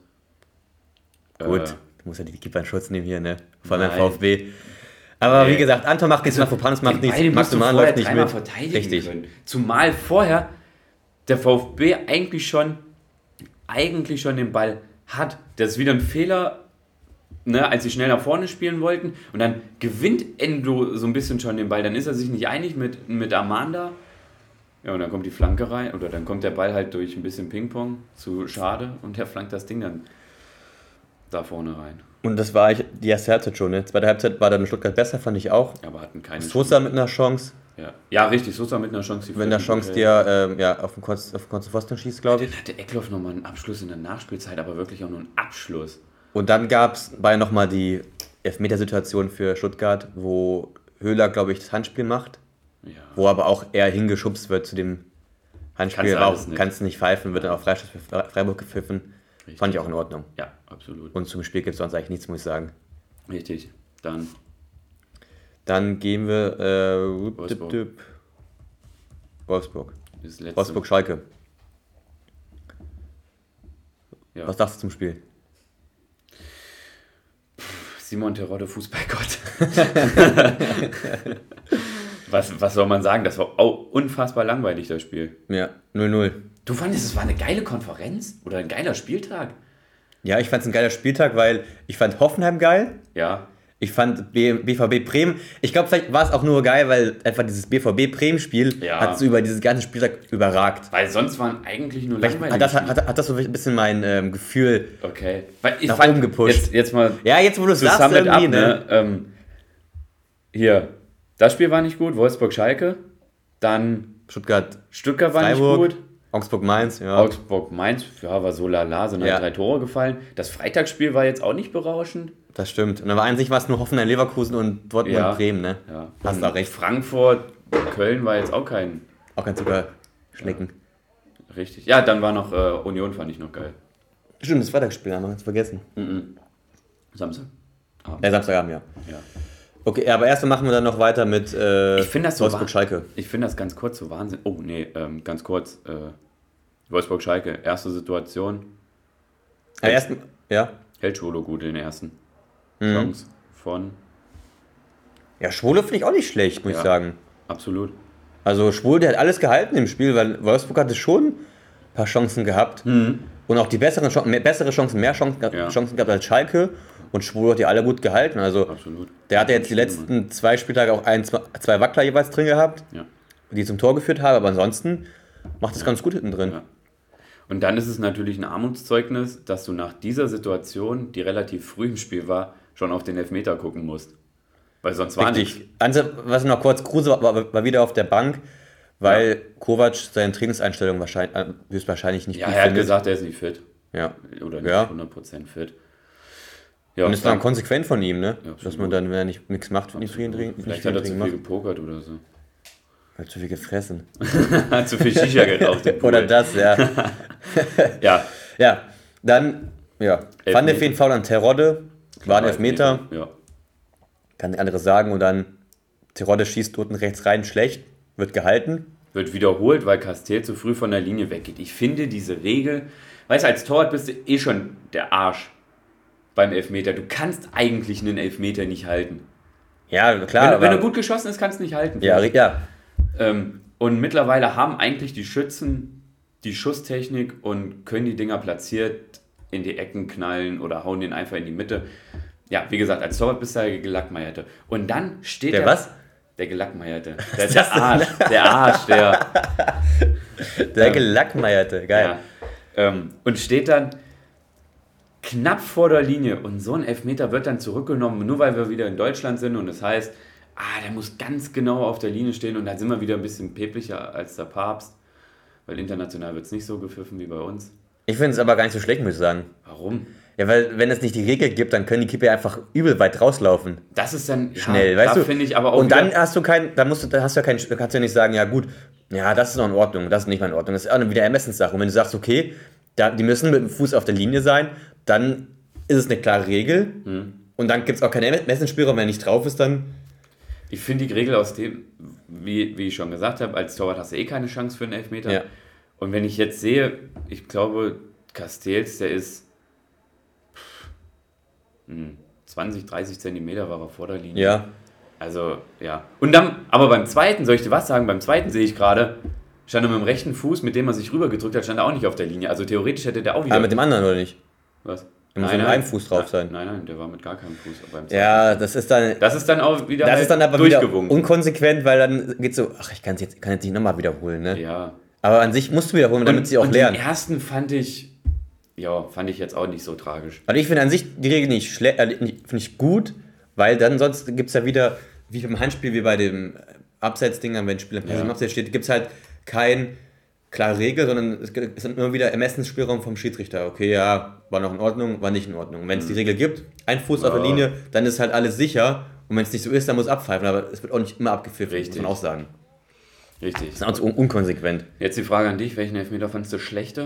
Gut, Äh, du musst ja die Keeper in Schutz nehmen hier, ne? Von der Nein. VfB. Aber Nee. wie gesagt, Anton macht nichts, Mafropanos macht den nichts, Ball musst du Maximal vorher läuft nicht dreimal mit. verteidigen Richtig. können. Zumal vorher der VfB eigentlich schon eigentlich schon den Ball hat. Das ist wieder ein Fehler, ne, als sie schnell nach vorne spielen wollten. Und dann gewinnt Endo so ein bisschen schon den Ball. Dann ist er sich nicht einig mit, mit Amanda. Ja, und dann kommt die Flanke rein. Oder dann kommt der Ball halt durch ein bisschen Ping-Pong zu Schade. Und er flankt das Ding dann da vorne rein. Und das war ich, die erste Halbzeit schon, ne? Zweite Halbzeit war dann Stuttgart besser, fand ich auch. Aber hatten keine Sosa mit einer Chance. Ja. ja, richtig. Sosa mit einer Chance. die Wenn der völlig Chance okay. dir ähm, ja, auf den kurzen auf den kurzen Pfosten schießt, glaube ich. Dann hatte Eckloff nochmal einen Abschluss in der Nachspielzeit, aber wirklich auch nur einen Abschluss. Und dann gab es bei nochmal die Elfmetersituation für Stuttgart, wo Höhler, glaube ich, das Handspiel macht. Ja. Wo aber auch er hingeschubst wird zu dem Handspiel. Kannst du War alles auch, nicht. kannst du nicht pfeifen, wird dann auch Freistoß für Fre- Freiburg gepfiffen. Richtig. Fand ich auch in Ordnung. Ja, absolut. Und zum Spiel gibt es sonst eigentlich nichts, muss ich sagen. Richtig. Dann Dann gehen wir äh, Wolfsburg. dip, dip. Wolfsburg. das letzte. Wolfsburg-Schalke. Ja. Was sagst du zum Spiel? Simon Terodde, Fußballgott. was, was soll man sagen? Das war auch unfassbar langweilig, das Spiel. Ja, null null. Du fandest, es war eine geile Konferenz? Oder ein geiler Spieltag? Ja, ich fand es ein geiler Spieltag, weil ich fand Hoffenheim geil. Ja. Ich fand B- BVB Bremen, ich glaube, vielleicht war es auch nur geil, weil einfach dieses B V B Bremen-Spiel Ja. hat so über dieses ganze Spieltag überragt. Weil sonst waren eigentlich nur Vielleicht langweilige hat das, Spiele. hat, hat das so ein bisschen mein ähm, Gefühl. Okay. Weil ich nach fand, oben gepusht. Jetzt, jetzt mal Ja, jetzt wo du es zu sagst, sum it up, irgendwie, ne? ne? Ähm, hier, das Spiel war nicht gut, Wolfsburg-Schalke. Dann Stuttgart, Stuttgart war Freiburg, nicht gut. Augsburg-Mainz, ja. Augsburg-Mainz, ja, war so lala, sind halt Ja. drei Tore gefallen. Das Freitagsspiel war jetzt auch nicht berauschend. Das stimmt. Und dann war an sich war es nur Hoffenheim, Leverkusen und Dortmund Ja. und Bremen, ne? Ja. Hast Und du auch recht. Frankfurt, Köln war jetzt auch kein Auch kein super Schnecken. richtig. Ja, dann war noch äh, Union, fand ich noch geil. Stimmt, das Freitagsspiel haben wir jetzt vergessen. Samstag. Äh, Samstagabend, ja. Ja. Okay, aber erst machen wir dann noch weiter mit äh, Ich finde das so Wolfsburg-Schalke. Ich finde das ganz kurz so Wahnsinn. Oh, nee, ähm, ganz kurz. Äh, Wolfsburg-Schalke, erste Situation. Aber erst, ja. Hält Schwolo gut in der ersten. Mhm. Chance von. Ja, Schwule finde ich auch nicht schlecht, muss Ja. ich sagen. Absolut. Also Schwule, der hat alles gehalten im Spiel, weil Wolfsburg hatte schon ein paar Chancen gehabt. Und auch die besseren Chancen, mehr, bessere Chancen, mehr Chancen, ge- Ja. Chancen gehabt als Schalke. Und Schwule hat die alle gut gehalten. Also Absolut. der hat ja jetzt die letzten zwei Spieltage auch ein, zwei, zwei Wackler jeweils drin gehabt, Ja. die zum Tor geführt haben. Aber ansonsten macht es ganz gut hinten drin. Ja. Und dann ist es natürlich ein Armutszeugnis, dass du nach dieser Situation, die relativ früh im Spiel war, schon auf den Elfmeter gucken musst. Weil sonst war nichts. Richtig. Anse, was noch kurz, Kruse war, war, war wieder auf der Bank, weil Kovac seine Trainingseinstellung wahrscheinlich, äh, höchstwahrscheinlich nicht Ja, gut er hat findet. gesagt, er ist nicht fit. Ja. Oder nicht Ja. hundert Prozent fit. Ja, Und ist dann konsequent von ihm, ne? absolut. Dass man dann, wenn er nicht, nichts macht, nicht viel trinken. nicht Vielleicht viel hat er zu trinken viel macht. gepokert oder so. Hat zu viel gefressen. Hat zu viel Shisha geraucht. im Pool. Oder das, ja. Ja. Ja, dann, ja. Elfmeter. Van der Feen faul an Terodde. War ein Elfmeter. Ja. Kann nicht anderes sagen. Und dann Terodde schießt unten rechts rein, schlecht. Wird gehalten. Wird wiederholt, weil Castell zu früh von der Linie weggeht. Ich finde diese Regel, weißt du, als Torwart bist du eh schon der Arsch beim Elfmeter. Du kannst eigentlich einen Elfmeter nicht halten. Ja, klar. Wenn, aber, wenn er gut geschossen ist, kannst du nicht halten. Ja, ja. Ähm, und mittlerweile haben eigentlich die Schützen die Schusstechnik und können die Dinger platziert in die Ecken knallen oder hauen den einfach in die Mitte. Ja, wie gesagt, als Torwart bist du der Gelackmeierte. Und dann steht der... Der was? Der Gelackmeierte. Der, der Arsch. Der Arsch, der... Der ähm, Gelackmeierte, geil. Ja. Ähm, und steht dann knapp vor der Linie und so ein Elfmeter wird dann zurückgenommen, nur weil wir wieder in Deutschland sind und das heißt, ah, der muss ganz genau auf der Linie stehen und dann sind wir wieder ein bisschen päplicher als der Papst, weil international wird es nicht so gepfiffen wie bei uns. Ich finde es aber gar nicht so schlecht, muss ich sagen. Warum? Ja, weil wenn es nicht die Regel gibt, dann können die Keeper einfach übel weit rauslaufen. Das ist dann schnell, ja, weißt du? Finde ich aber auch und dann hast du kein, dann musst du, dann hast du ja kein, dann kannst du ja nicht sagen, ja gut, ja, das ist noch in Ordnung, das ist nicht mal in Ordnung. Das ist auch wieder Ermessenssache. Und wenn du sagst, okay, da, die müssen mit dem Fuß auf der Linie sein, dann ist es eine klare Regel. Mhm. Und dann gibt es auch keinen Ermessensspielraum, wenn er nicht drauf ist, dann... Ich finde die Regel aus dem, wie, wie ich schon gesagt habe, als Torwart hast du eh keine Chance für einen Elfmeter. Ja. Und wenn ich jetzt sehe, ich glaube, Castells, der ist zwanzig, dreißig Zentimeter war er vor der Linie. Ja. Also, ja. Und dann, aber beim zweiten, soll ich dir was sagen? Beim zweiten sehe ich gerade, stand er mit dem rechten Fuß, mit dem er sich rübergedrückt hat, stand er auch nicht auf der Linie. Also theoretisch hätte der auch wieder... Aber mit dem anderen, oder nicht? Was? Der muss mit einem Fuß drauf sein. Nein, nein, der war mit gar keinem Fuß. Beim ja, das ist dann... Das ist dann auch wieder Das halt ist dann aber durchgewunken. Wieder unkonsequent, weil dann geht so, ach, ich kann es jetzt, kann jetzt nicht nochmal wiederholen, ne? Ja. Aber an sich musst du wiederholen, damit und, sie auch und lernen. Den ersten fand ich... Ja, fand ich jetzt auch nicht so tragisch. Also ich finde an sich die Regel nicht schlecht, äh, finde ich gut, weil dann sonst gibt es ja wieder, wie beim Handspiel, wie bei dem Abseitsding, wenn ein Spieler ja. im Abseits steht, gibt es halt keine klare Regel, sondern es ist immer wieder Ermessensspielraum vom Schiedsrichter. Okay, ja, war noch in Ordnung, war nicht in Ordnung. Und wenn es mhm. die Regel gibt, ein Fuß ja. auf der Linie, dann ist halt alles sicher. Und wenn es nicht so ist, dann muss abpfeifen. Aber es wird auch nicht immer abgepfiffen, muss man auch sagen. Richtig. Das ist auch un- unkonsequent. Jetzt die Frage an dich, welchen Elfmeter fandst du schlechter?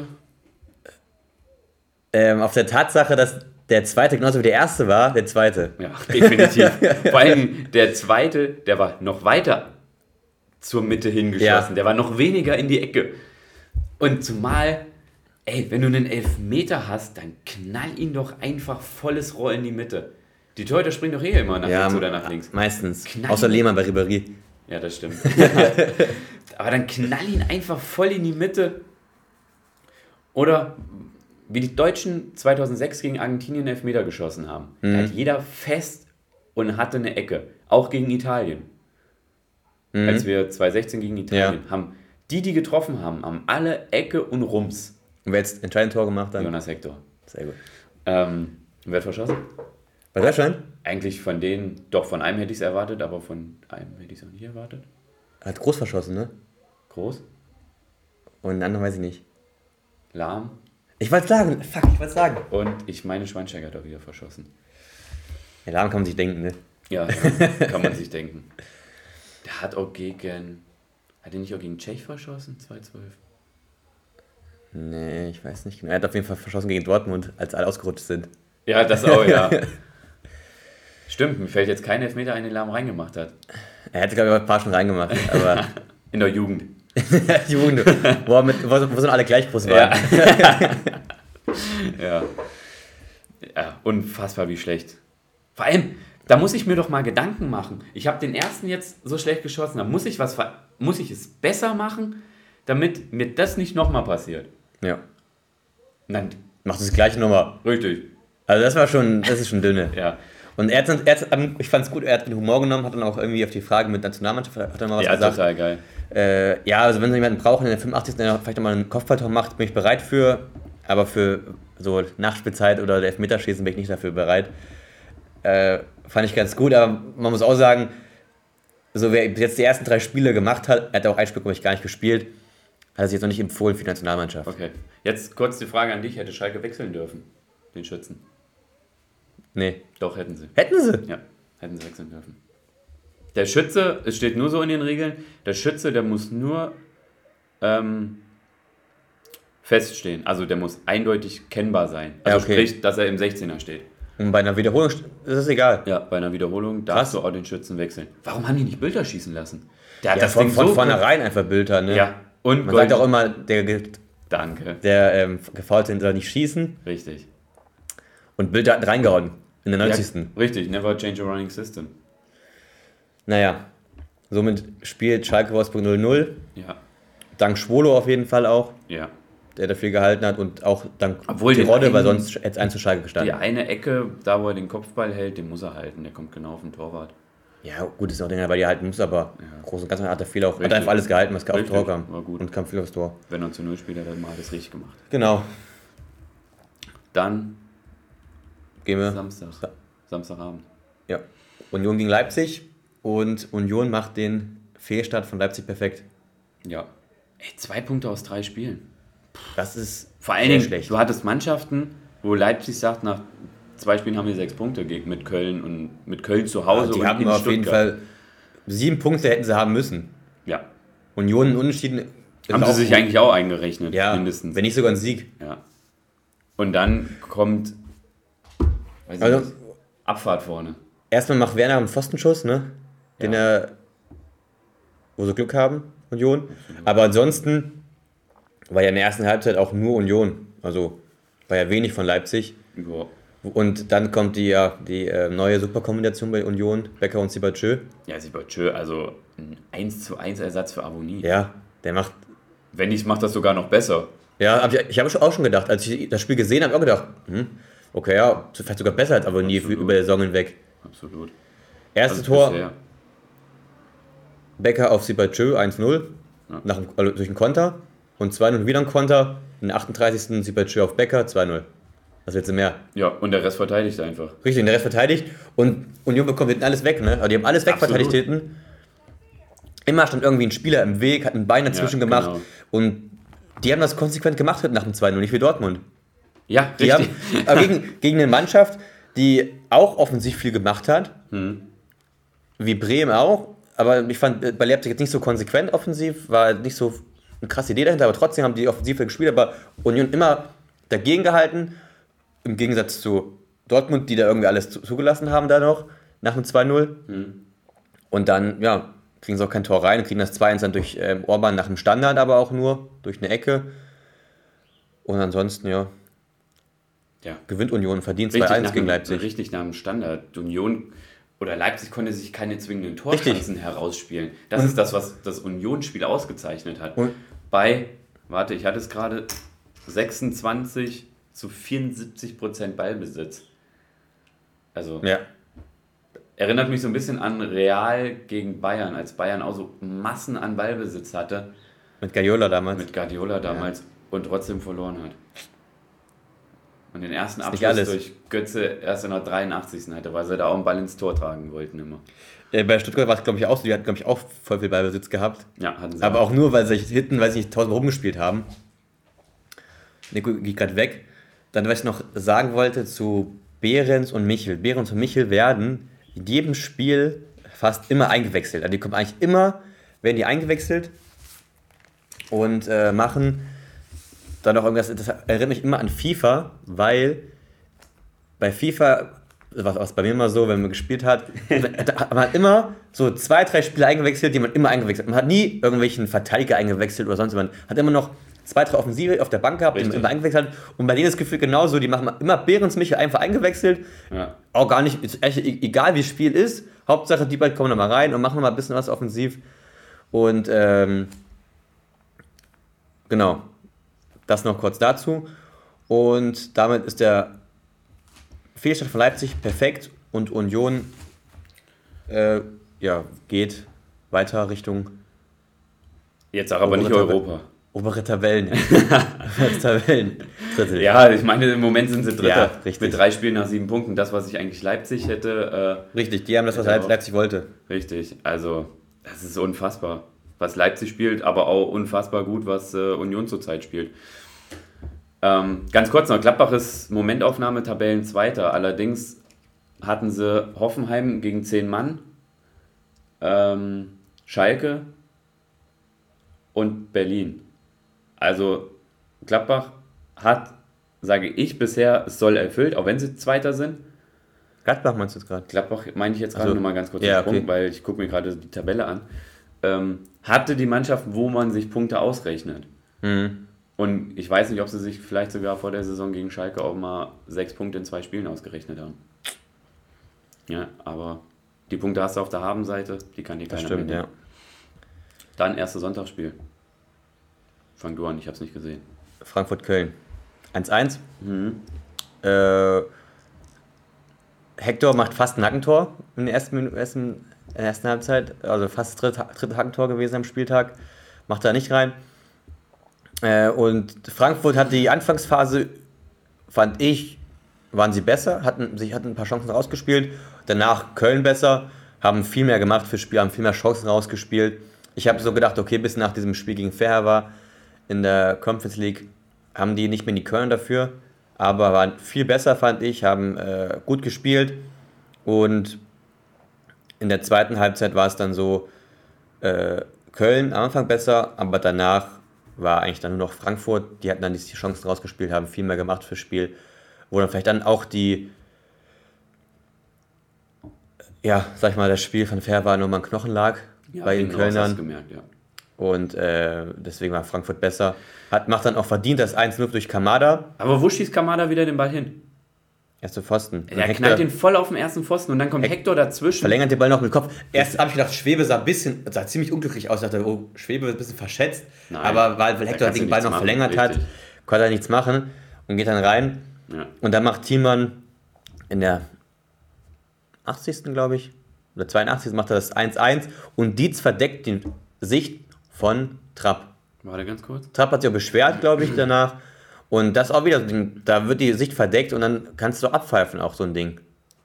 Ähm, auf der Tatsache, dass der zweite genauso wie der erste war, der zweite. Ja, definitiv. Vor allem der zweite, der war noch weiter zur Mitte hingeschossen. Ja. Der war noch weniger in die Ecke. Und zumal, ey, wenn du einen Elfmeter hast, dann knall ihn doch einfach volles Rohr in die Mitte. Die Torhüter springen doch eh immer nach ja, rechts oder nach links. Meistens. Knall Außer Lehmann bei Ribéry. Ja, das stimmt. Aber dann knall ihn einfach voll in die Mitte. Oder... wie die Deutschen zweitausendsechs gegen Argentinien Elfmeter geschossen haben. Mhm. Da hat jeder fest und hatte eine Ecke. Auch gegen Italien. Mhm. Als wir zweitausendsechzehn gegen Italien ja. haben. Die, die getroffen haben, haben alle Ecke und Rums. Und wer jetzt entscheidend Tor gemacht hat? Jonas Hector. Sehr gut. Ähm, wer hat verschossen? Bei Deutschland? Eigentlich von denen, doch von einem hätte ich es erwartet, aber von einem hätte ich es auch nicht erwartet. Er hat groß verschossen, ne? Groß? Und einen anderen weiß ich nicht. Lahm? Ich wollte sagen, fuck, ich wollte sagen. Und ich meine, Schweinsteiger hat auch wieder verschossen. Ja, daran kann man sich denken, ne? Ja, ja kann man sich denken. Der hat auch gegen, hat er nicht auch gegen Tschech verschossen, zwei zwölf? Nee, ich weiß nicht genau. Er hat auf jeden Fall verschossen gegen Dortmund, als alle ausgerutscht sind. Ja, das auch, ja. Stimmt, mir fällt jetzt kein Elfmeter ein, den Lahm reingemacht hat. Er hätte, glaube ich, ein paar schon reingemacht, aber... In der Jugend. Jugend, wo, mit, wo, wo sind alle gleich groß waren. Ja. ja. Ja, unfassbar wie schlecht. Vor allem, da muss ich mir doch mal Gedanken machen. Ich habe den ersten jetzt so schlecht geschossen, da muss ich, was, muss ich es besser machen, damit mir das nicht nochmal passiert. Ja. Und dann macht das gleiche nochmal. Richtig. Also das war schon, das ist schon dünne. Ja. Und er hat, er hat, ich fand es gut, er hat den Humor genommen, hat dann auch irgendwie auf die Frage mit Nationalmannschaft, hat er mal was ja, gesagt. Ja, total geil. Äh, ja, also wenn sie jemanden brauchen, in der fünfundachtzigsten der vielleicht nochmal einen Kopfballtor macht, bin ich bereit für, aber für so Nachspielzeit oder Elfmeterschießen bin ich nicht dafür bereit. Äh, fand ich ganz gut, aber man muss auch sagen, so wer jetzt die ersten drei Spiele gemacht hat, er hat auch ein Spiel, glaube ich, gar nicht gespielt, hat er sich jetzt noch nicht empfohlen für die Nationalmannschaft. Okay, jetzt kurz die Frage an dich, hätte Schalke wechseln dürfen, den Schützen? Nee. Doch, hätten sie. Hätten sie? Ja, hätten sie wechseln dürfen. Der Schütze, es steht nur so in den Regeln, der Schütze, der muss nur ähm, feststehen. Also der muss eindeutig kennbar sein. Also ja, okay. Sprich, dass er im sechzehner steht. Und bei einer Wiederholung ist es egal? Ja, bei einer Wiederholung darfst du auch den Schützen wechseln. Warum haben die nicht Bilder schießen lassen? Der hat ja, das von, Ding von so vornherein einfach Bilder, ne? Ja. Und man sagt auch immer, der, Danke. der ähm, Gefaulte soll nicht schießen. Richtig. Und Bilder hat reingehauen. In der neunzigsten Ja, richtig, never change a running system. Naja, somit spielt Schalke Wolfsburg null null. Ja. Dank Schwolo auf jeden Fall auch. Ja. der dafür gehalten hat und auch dann Obwohl die den Rodde, weil einen- sonst hätte es eins zu Schalke Die gestanden. eine Ecke, da wo er den Kopfball hält, den muss er halten. Der kommt genau auf den Torwart. Ja, gut, ist auch Dinger, weil die halten muss, aber Ja. im Großen und Ganzen hat er viel auch, hat Richtig. einfach alles gehalten, was auf Richtig. Tor kam. War gut. Und kam viel aufs Tor. Wenn er zu Null spielt, hat er mal alles richtig gemacht. Genau. Dann Gehen wir. Samstag. Ja. Samstagabend. Ja. Union gegen Leipzig und Union macht den Fehlstart von Leipzig perfekt. Ja. Ey, zwei Punkte aus drei Spielen. Das ist Vor allen sehr Dingen, schlecht. du hattest Mannschaften, wo Leipzig sagt, nach zwei Spielen haben wir sechs Punkte gegen mit Köln und mit Köln zu Hause. die und haben in auf jeden Stuttgart. Fall sieben Punkte hätten sie haben müssen. Ja. Union einen Unentschieden. ist Haben auch sie sich gut. eigentlich auch eingerechnet, ja, mindestens. wenn nicht sogar ein Sieg. Ja. Und dann kommt weiß ich Also- nicht, Abfahrt vorne. Erstmal macht Werner einen Pfostenschuss, ne? Den Ja. er, wo sie Glück haben, Union. Aber ansonsten war ja in der ersten Halbzeit auch nur Union. Also war ja wenig von Leipzig. Ja. Und dann kommt die, ja, die äh, neue Superkombination bei Union, Becker und Sibachö. Ja, Sibachö, also ein eins zu eins Ersatz für Avonie. Ja, der macht. Wenn nicht, macht das sogar noch besser. Ja, hab ich, ich habe auch schon gedacht, als ich das Spiel gesehen habe, habe ich auch gedacht, hm, okay, ja, vielleicht sogar besser als Avonie Absolut. über die Saison hinweg. Absolut. Erste Also Tor, bisher. Becker auf Sibachö eins null, Ja. nach dem, also durch einen Konter. Und zwei null wieder ein Konter. In der achtunddreißigsten Sibachö auf Becker, zwei null. Was willst du mehr? Ja, und der Rest verteidigt einfach. Richtig, und der Rest verteidigt. Und Union bekommt hinten alles weg, ne? Also die haben alles wegverteidigt Absolut. hinten. Immer stand irgendwie ein Spieler im Weg, hat ein Bein dazwischen Ja, gemacht. genau. Und die haben das konsequent gemacht nach dem zwei null, nicht wie Dortmund. Ja, Die richtig. haben aber gegen, gegen eine Mannschaft, die auch offensiv viel gemacht hat, Hm. wie Bremen auch, aber ich fand äh, bei Leipzig jetzt nicht so konsequent offensiv, war nicht so eine krasse Idee dahinter, aber trotzdem haben die offensiv gespielt, aber Union immer dagegen gehalten, im Gegensatz zu Dortmund, die da irgendwie alles zu- zugelassen haben da noch, nach dem zwei null. Hm. Und dann, ja, kriegen sie auch kein Tor rein, kriegen das zwei eins dann durch ähm, Orban nach dem Standard, aber auch nur durch eine Ecke. Und ansonsten, ja, Ja. gewinnt Union, verdient Richtig zwei eins nach gegen dem- Leipzig. Richtig nach dem Standard. Union oder Leipzig konnte sich keine zwingenden Torchancen herausspielen. Das ist das, was das Union-Spiel ausgezeichnet hat. Und- Bei, warte, ich hatte es gerade, sechsundzwanzig zu vierundsiebzig Prozent Ballbesitz. Also Ja, erinnert mich so ein bisschen an Real gegen Bayern, als Bayern auch so Massen an Ballbesitz hatte mit Guardiola damals. mit Guardiola damals und trotzdem verloren hat. Und den ersten Ist nicht Abschluss alles. durch Götze erst in der dreiundachtzigsten hatte, weil sie da auch einen Ball ins Tor tragen wollten immer. Äh, bei Stuttgart war es, glaube ich, auch so. Die hatten, glaube ich, auch voll viel Ballbesitz gehabt. Ja, hatten sie Aber auch nur, weil sie sich hinten, weil sie nicht tausendmal rumgespielt haben. Nico geht gerade weg. Dann, was ich noch sagen wollte zu Behrens und Michel. Behrens und Michel werden in jedem Spiel fast immer eingewechselt. Also die kommen eigentlich immer, werden die eingewechselt und äh, machen dann auch irgendwas. Das erinnert mich immer an FIFA, weil bei FIFA, was, was bei mir immer so, wenn man gespielt hat, da hat man immer so zwei, drei Spieler eingewechselt, die man immer eingewechselt hat. Man hat nie irgendwelchen Verteidiger eingewechselt oder sonst was. Man hat immer noch zwei, drei Offensive auf der Bank gehabt, die man Richtig. immer eingewechselt hat. Und bei denen das Gefühl genauso, die machen immer Behrens Michel einfach eingewechselt. Ja. Auch gar nicht, ist echt e- egal wie das Spiel ist. Hauptsache, die beiden kommen nochmal rein und machen nochmal ein bisschen was offensiv. Und ähm, genau, das noch kurz dazu. Und damit ist der Fehlstart von Leipzig perfekt und Union äh, ja, geht weiter Richtung Jetzt sag aber nicht Obere Tabelle. Europa. obere Tabellen. obere Tabellen. Drittel. Ja, ich meine, im Moment sind sie Dritter. Ja, richtig. Mit drei Spielen nach sieben Punkten. Das, was ich eigentlich Leipzig hätte. Richtig, die haben das, was Hätte auch- Leipzig wollte. Äh, richtig, also das ist unfassbar, was Leipzig spielt, aber auch unfassbar gut, was äh, Union zurzeit spielt. Ähm, ganz kurz noch, Gladbach ist Momentaufnahme Tabellenzweiter. Allerdings hatten sie Hoffenheim gegen zehn Mann, ähm, Schalke und Berlin. Also Gladbach hat, sage ich bisher, es soll erfüllt, auch wenn sie Zweiter sind. Gladbach meinst du jetzt gerade? Gladbach meine ich jetzt gerade Also, nur mal ganz kurz ja, den Sprung, okay. weil ich gucke mir gerade die Tabelle an. Ähm, hatte die Mannschaft, wo man sich Punkte ausrechnet. Mhm. Und ich weiß nicht, ob sie sich vielleicht sogar vor der Saison gegen Schalke auch mal sechs Punkte in zwei Spielen ausgerechnet haben. Ja, aber die Punkte hast du auf der Habenseite, die kann dir Das keiner stimmt, mehr ja. nehmen. Dann erstes Sonntagsspiel. Fang du an, ich habe es nicht gesehen. Frankfurt-Köln. eins eins. Mhm. Äh, Hector macht fast ein Hackentor in der ersten, Minute, ersten, in der ersten Halbzeit. Also fast das dritte, dritte Hackentor gewesen am Spieltag. Macht er nicht rein. Äh, und Frankfurt hat die Anfangsphase, fand ich, waren sie besser, hatten, sich, hatten ein paar Chancen rausgespielt. Danach Köln besser, haben viel mehr gemacht fürs Spiel, haben viel mehr Chancen rausgespielt. Ich habe so gedacht, okay, bis nach diesem Spiel gegen Feher in der Conference League haben die nicht mehr die Köln dafür, aber waren viel besser, fand ich, haben äh, gut gespielt und in der zweiten Halbzeit war es dann so, äh, Köln am Anfang besser, aber danach war eigentlich dann nur noch Frankfurt, die hatten dann die Chancen rausgespielt, haben viel mehr gemacht fürs Spiel, wo dann vielleicht dann auch die, ja, sag ich mal, das Spiel von Feher war nochmal ein Knochen lag Ja, bei den hinten raus hast Kölnern. du gemerkt, ja. Und äh, deswegen war Frankfurt besser. Hat, macht dann auch verdient das eins null durch Kamada. Aber wo schießt Kamada wieder den Ball hin? Erste Pfosten. Er knallt den voll auf den ersten Pfosten und dann kommt Hector dazwischen. Verlängert den Ball noch mit dem Kopf. Erst habe ich gedacht, Schwebe sah ein bisschen, sah ziemlich unglücklich aus. Ich dachte, oh, Schwebe ist ein bisschen verschätzt. Nein, aber weil, weil da Hector kannst du den Ball nichts noch machen, verlängert richtig. hat, konnte er nichts machen und geht dann rein. Ja. Und dann macht Thiemann in der achtzigsten glaube ich, oder zweiundachtzigsten macht er das eins eins und Dietz verdeckt die Sicht von Trapp. Warte ganz kurz. Trapp hat sich auch beschwert, glaube ich, danach. Und das auch wieder, da wird die Sicht verdeckt und dann kannst du abpfeifen, auch so ein Ding.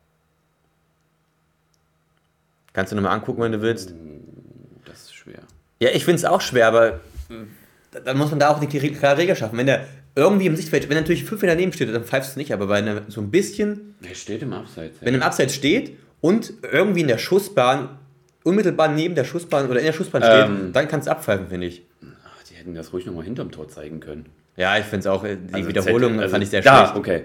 Kannst du nochmal angucken, wenn du willst. Das ist schwer. Ja, ich finde es auch schwer, aber dann muss man da auch eine klare Regel schaffen. Wenn der irgendwie im Sichtfeld, wenn er natürlich fünf Meter daneben steht, dann pfeifst du nicht, aber wenn er so ein bisschen, Er steht im Abseits. wenn er im Abseits steht und irgendwie in der Schussbahn, unmittelbar neben der Schussbahn oder in der Schussbahn steht, Ähm. dann kannst du abpfeifen, finde ich. Ach, die hätten das ruhig nochmal hinterm Tor zeigen können. Ja, ich finde es auch, die Also Wiederholung Z- also fand ich sehr da, schlecht. okay.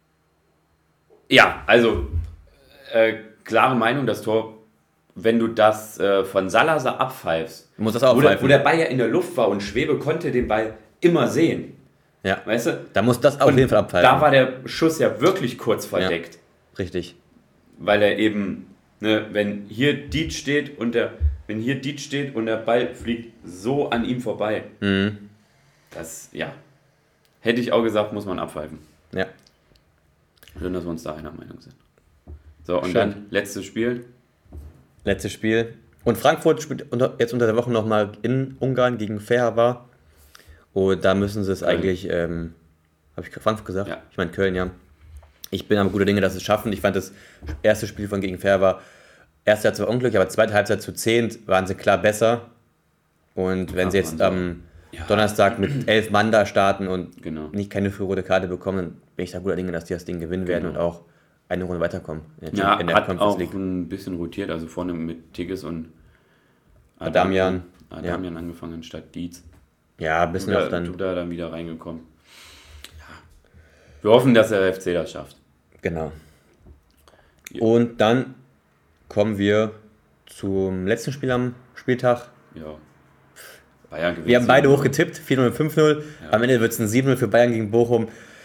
Ja, also äh, klare Meinung, das Tor, wenn du das äh, von Salazar abpfeifst, Du musst das auch wo der, pfeifen. wo der Ball ja in der Luft war und Schwebe konnte den Ball immer sehen. Ja, Weißt du? da muss das auf Und jeden Fall abpfeifen. da war der Schuss ja wirklich kurz verdeckt. Richtig. Weil er eben, ne, wenn hier Dietz steht und der, wenn hier Dietz steht und der Ball fliegt so an ihm vorbei, Mhm. das, ja, hätte ich auch gesagt, muss man abpfeifen. Ja. Schön, dass wir uns da einer Meinung sind. So, und Schön. dann letztes Spiel. Letztes Spiel. Und Frankfurt spielt unter, jetzt unter der Woche nochmal in Ungarn gegen Feher. Und da müssen sie es Köln. eigentlich, ähm, habe ich Frankfurt gesagt? Ja. Ich meine Köln, ja. Ich bin aber guter Dinge, dass sie es schaffen. Ich fand das erste Spiel von gegen Feher war, erste Halbzeit war unglücklich, aber zweite Halbzeit zu zehnt waren sie klar besser. Und wenn Ja, sie jetzt waren am Ja. Donnerstag mit elf Mann da starten und Genau. nicht keine frühe rote Karte bekommen, dann bin ich da guter Dinge, dass die das Ding gewinnen werden Genau. und auch eine Runde weiterkommen in der, Ja, in der hat Conference auch League. ein bisschen rotiert, also vorne mit Tigges und Adamian. Adamian angefangen statt Dietz. Ja, ein bisschen Duda, auch dann. Duda dann wieder reingekommen. Ja. Wir hoffen, dass der F C das schafft. Genau. Ja. Und dann kommen wir zum letzten Spiel am Spieltag. Ja. Bayern gewinnt. Wir haben beide sieben null. hochgetippt, vier null und fünf null. Ja. Am Ende wird es ein sieben null für Bayern gegen Bochum.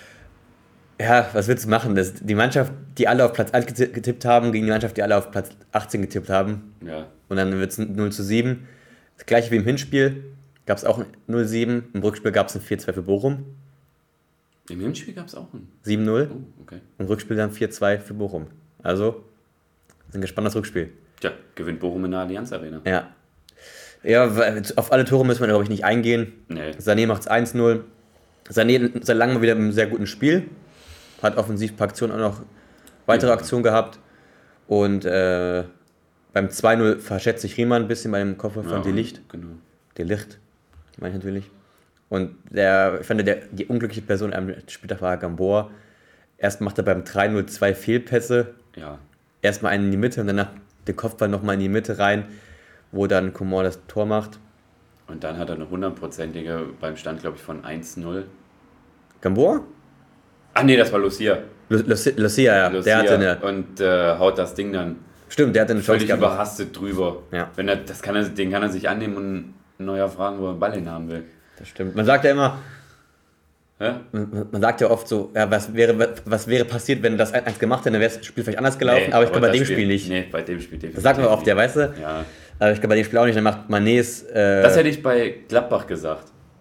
Ja, was willst du machen? Das, die Mannschaft, die alle auf Platz eins geti- getippt haben, gegen die Mannschaft, die alle auf Platz achtzehn getippt haben. Ja. Und dann wird es null zu sieben. Das gleiche wie im Hinspiel. Gab es auch ein null sieben. Im Rückspiel gab es ein vier zwei für Bochum. Im Hinspiel gab es auch einen. sieben null. Oh, okay. Im Rückspiel dann vier zwei für Bochum. Also, sind gespannt das Rückspiel. Tja, gewinnt Bochum in der Allianz Arena. Ja. Ja, weil auf alle Tore müssen wir, glaube ich, nicht eingehen. Nee. Sané macht es eins null. Sané seit langem mal wieder im sehr guten Spiel. Hat offensiv ein paar Aktionen auch noch weitere Ja. Aktionen gehabt. Und äh, beim zwei null verschätzt sich Riemann ein bisschen bei dem Koffer von Ja, De Licht. Genau. De Licht, meine ich natürlich. Und der, ich fand, der, die unglückliche Person am Spieltag war Gamboa. Erst macht er beim drei null zwei Fehlpässe. Ja. Erstmal einen in die Mitte und danach den Kopfball nochmal in die Mitte rein, wo dann Coman das Tor macht. Und dann hat er eine hundertprozentige beim Stand, glaube ich, von eins null. Gamboa? Ach nee, das war Lucia. Lu- Lucia, Lucia, ja. Lucia Der hatte eine. und äh, haut das Ding dann Stimmt, der hatte eine Chance völlig gehabt. überhastet drüber. Ja. Wenn er, das kann er, den kann er sich annehmen und ein neuer fragen, wo er den Ball hin haben will. Das stimmt. Man sagt ja immer, Hä? man man sagt ja oft so, ja, was wäre, was wäre passiert, wenn das eins gemacht hätte, dann wäre das Spiel vielleicht anders gelaufen, Nee, aber ich glaube bei das dem Spiel nicht. Nee, bei dem Spiel definitiv Das sagt man oft, ja, nicht. weißt du? Ja. Aber ich glaube bei dem Spiel auch nicht, dann macht Manés. Äh, Das hätte ich bei Gladbach gesagt.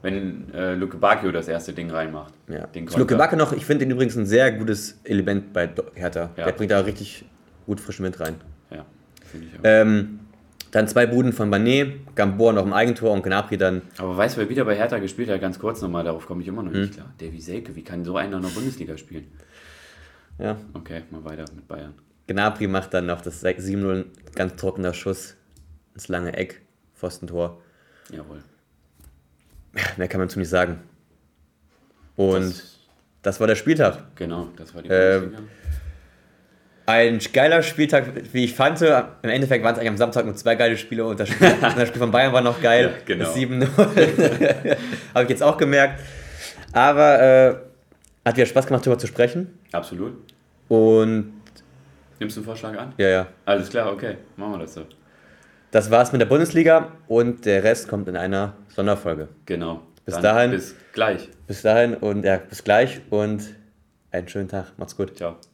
wenn äh, Luke Bacchio das erste Ding reinmacht. Ja. Den Zu Luke Bacchio noch, ich finde den übrigens ein sehr gutes Element bei Hertha. Ja. Der bringt da richtig gut frischen Wind rein. Ja, finde ich auch. Ähm, dann zwei Buden von Mané, Gamboa noch im Eigentor und Gnabry dann. Aber weißt du, wer wieder bei Hertha gespielt hat? Ganz kurz nochmal, darauf komme ich immer noch Hm. nicht klar. Davy Selke, wie kann so einer noch Bundesliga spielen? Ja. Okay, mal weiter mit Bayern. Gnabry macht dann noch das sieben null, ganz trockener Schuss ins lange Eck, Pfostentor. Jawohl. Mehr kann man zu nicht sagen. Und Das, das war der Spieltag. genau, das war die Ähm, Bundesliga. Ein geiler Spieltag, wie ich fand. Im Endeffekt waren es eigentlich am Samstag nur zwei geile Spiele und das Spiel, das Spiel von Bayern war noch geil. Ja, genau. Das sieben null. Habe ich jetzt auch gemerkt. Aber äh, hat wieder Spaß gemacht, darüber zu sprechen. Absolut. Und Nimmst du einen Vorschlag an? ja, ja. Alles klar, okay, machen wir das so. Das war's mit der Bundesliga und der Rest kommt in einer Sonderfolge. Genau. Bis Dann dahin. Bis gleich. Bis dahin und ja, bis gleich und einen schönen Tag. Macht's gut. Ciao.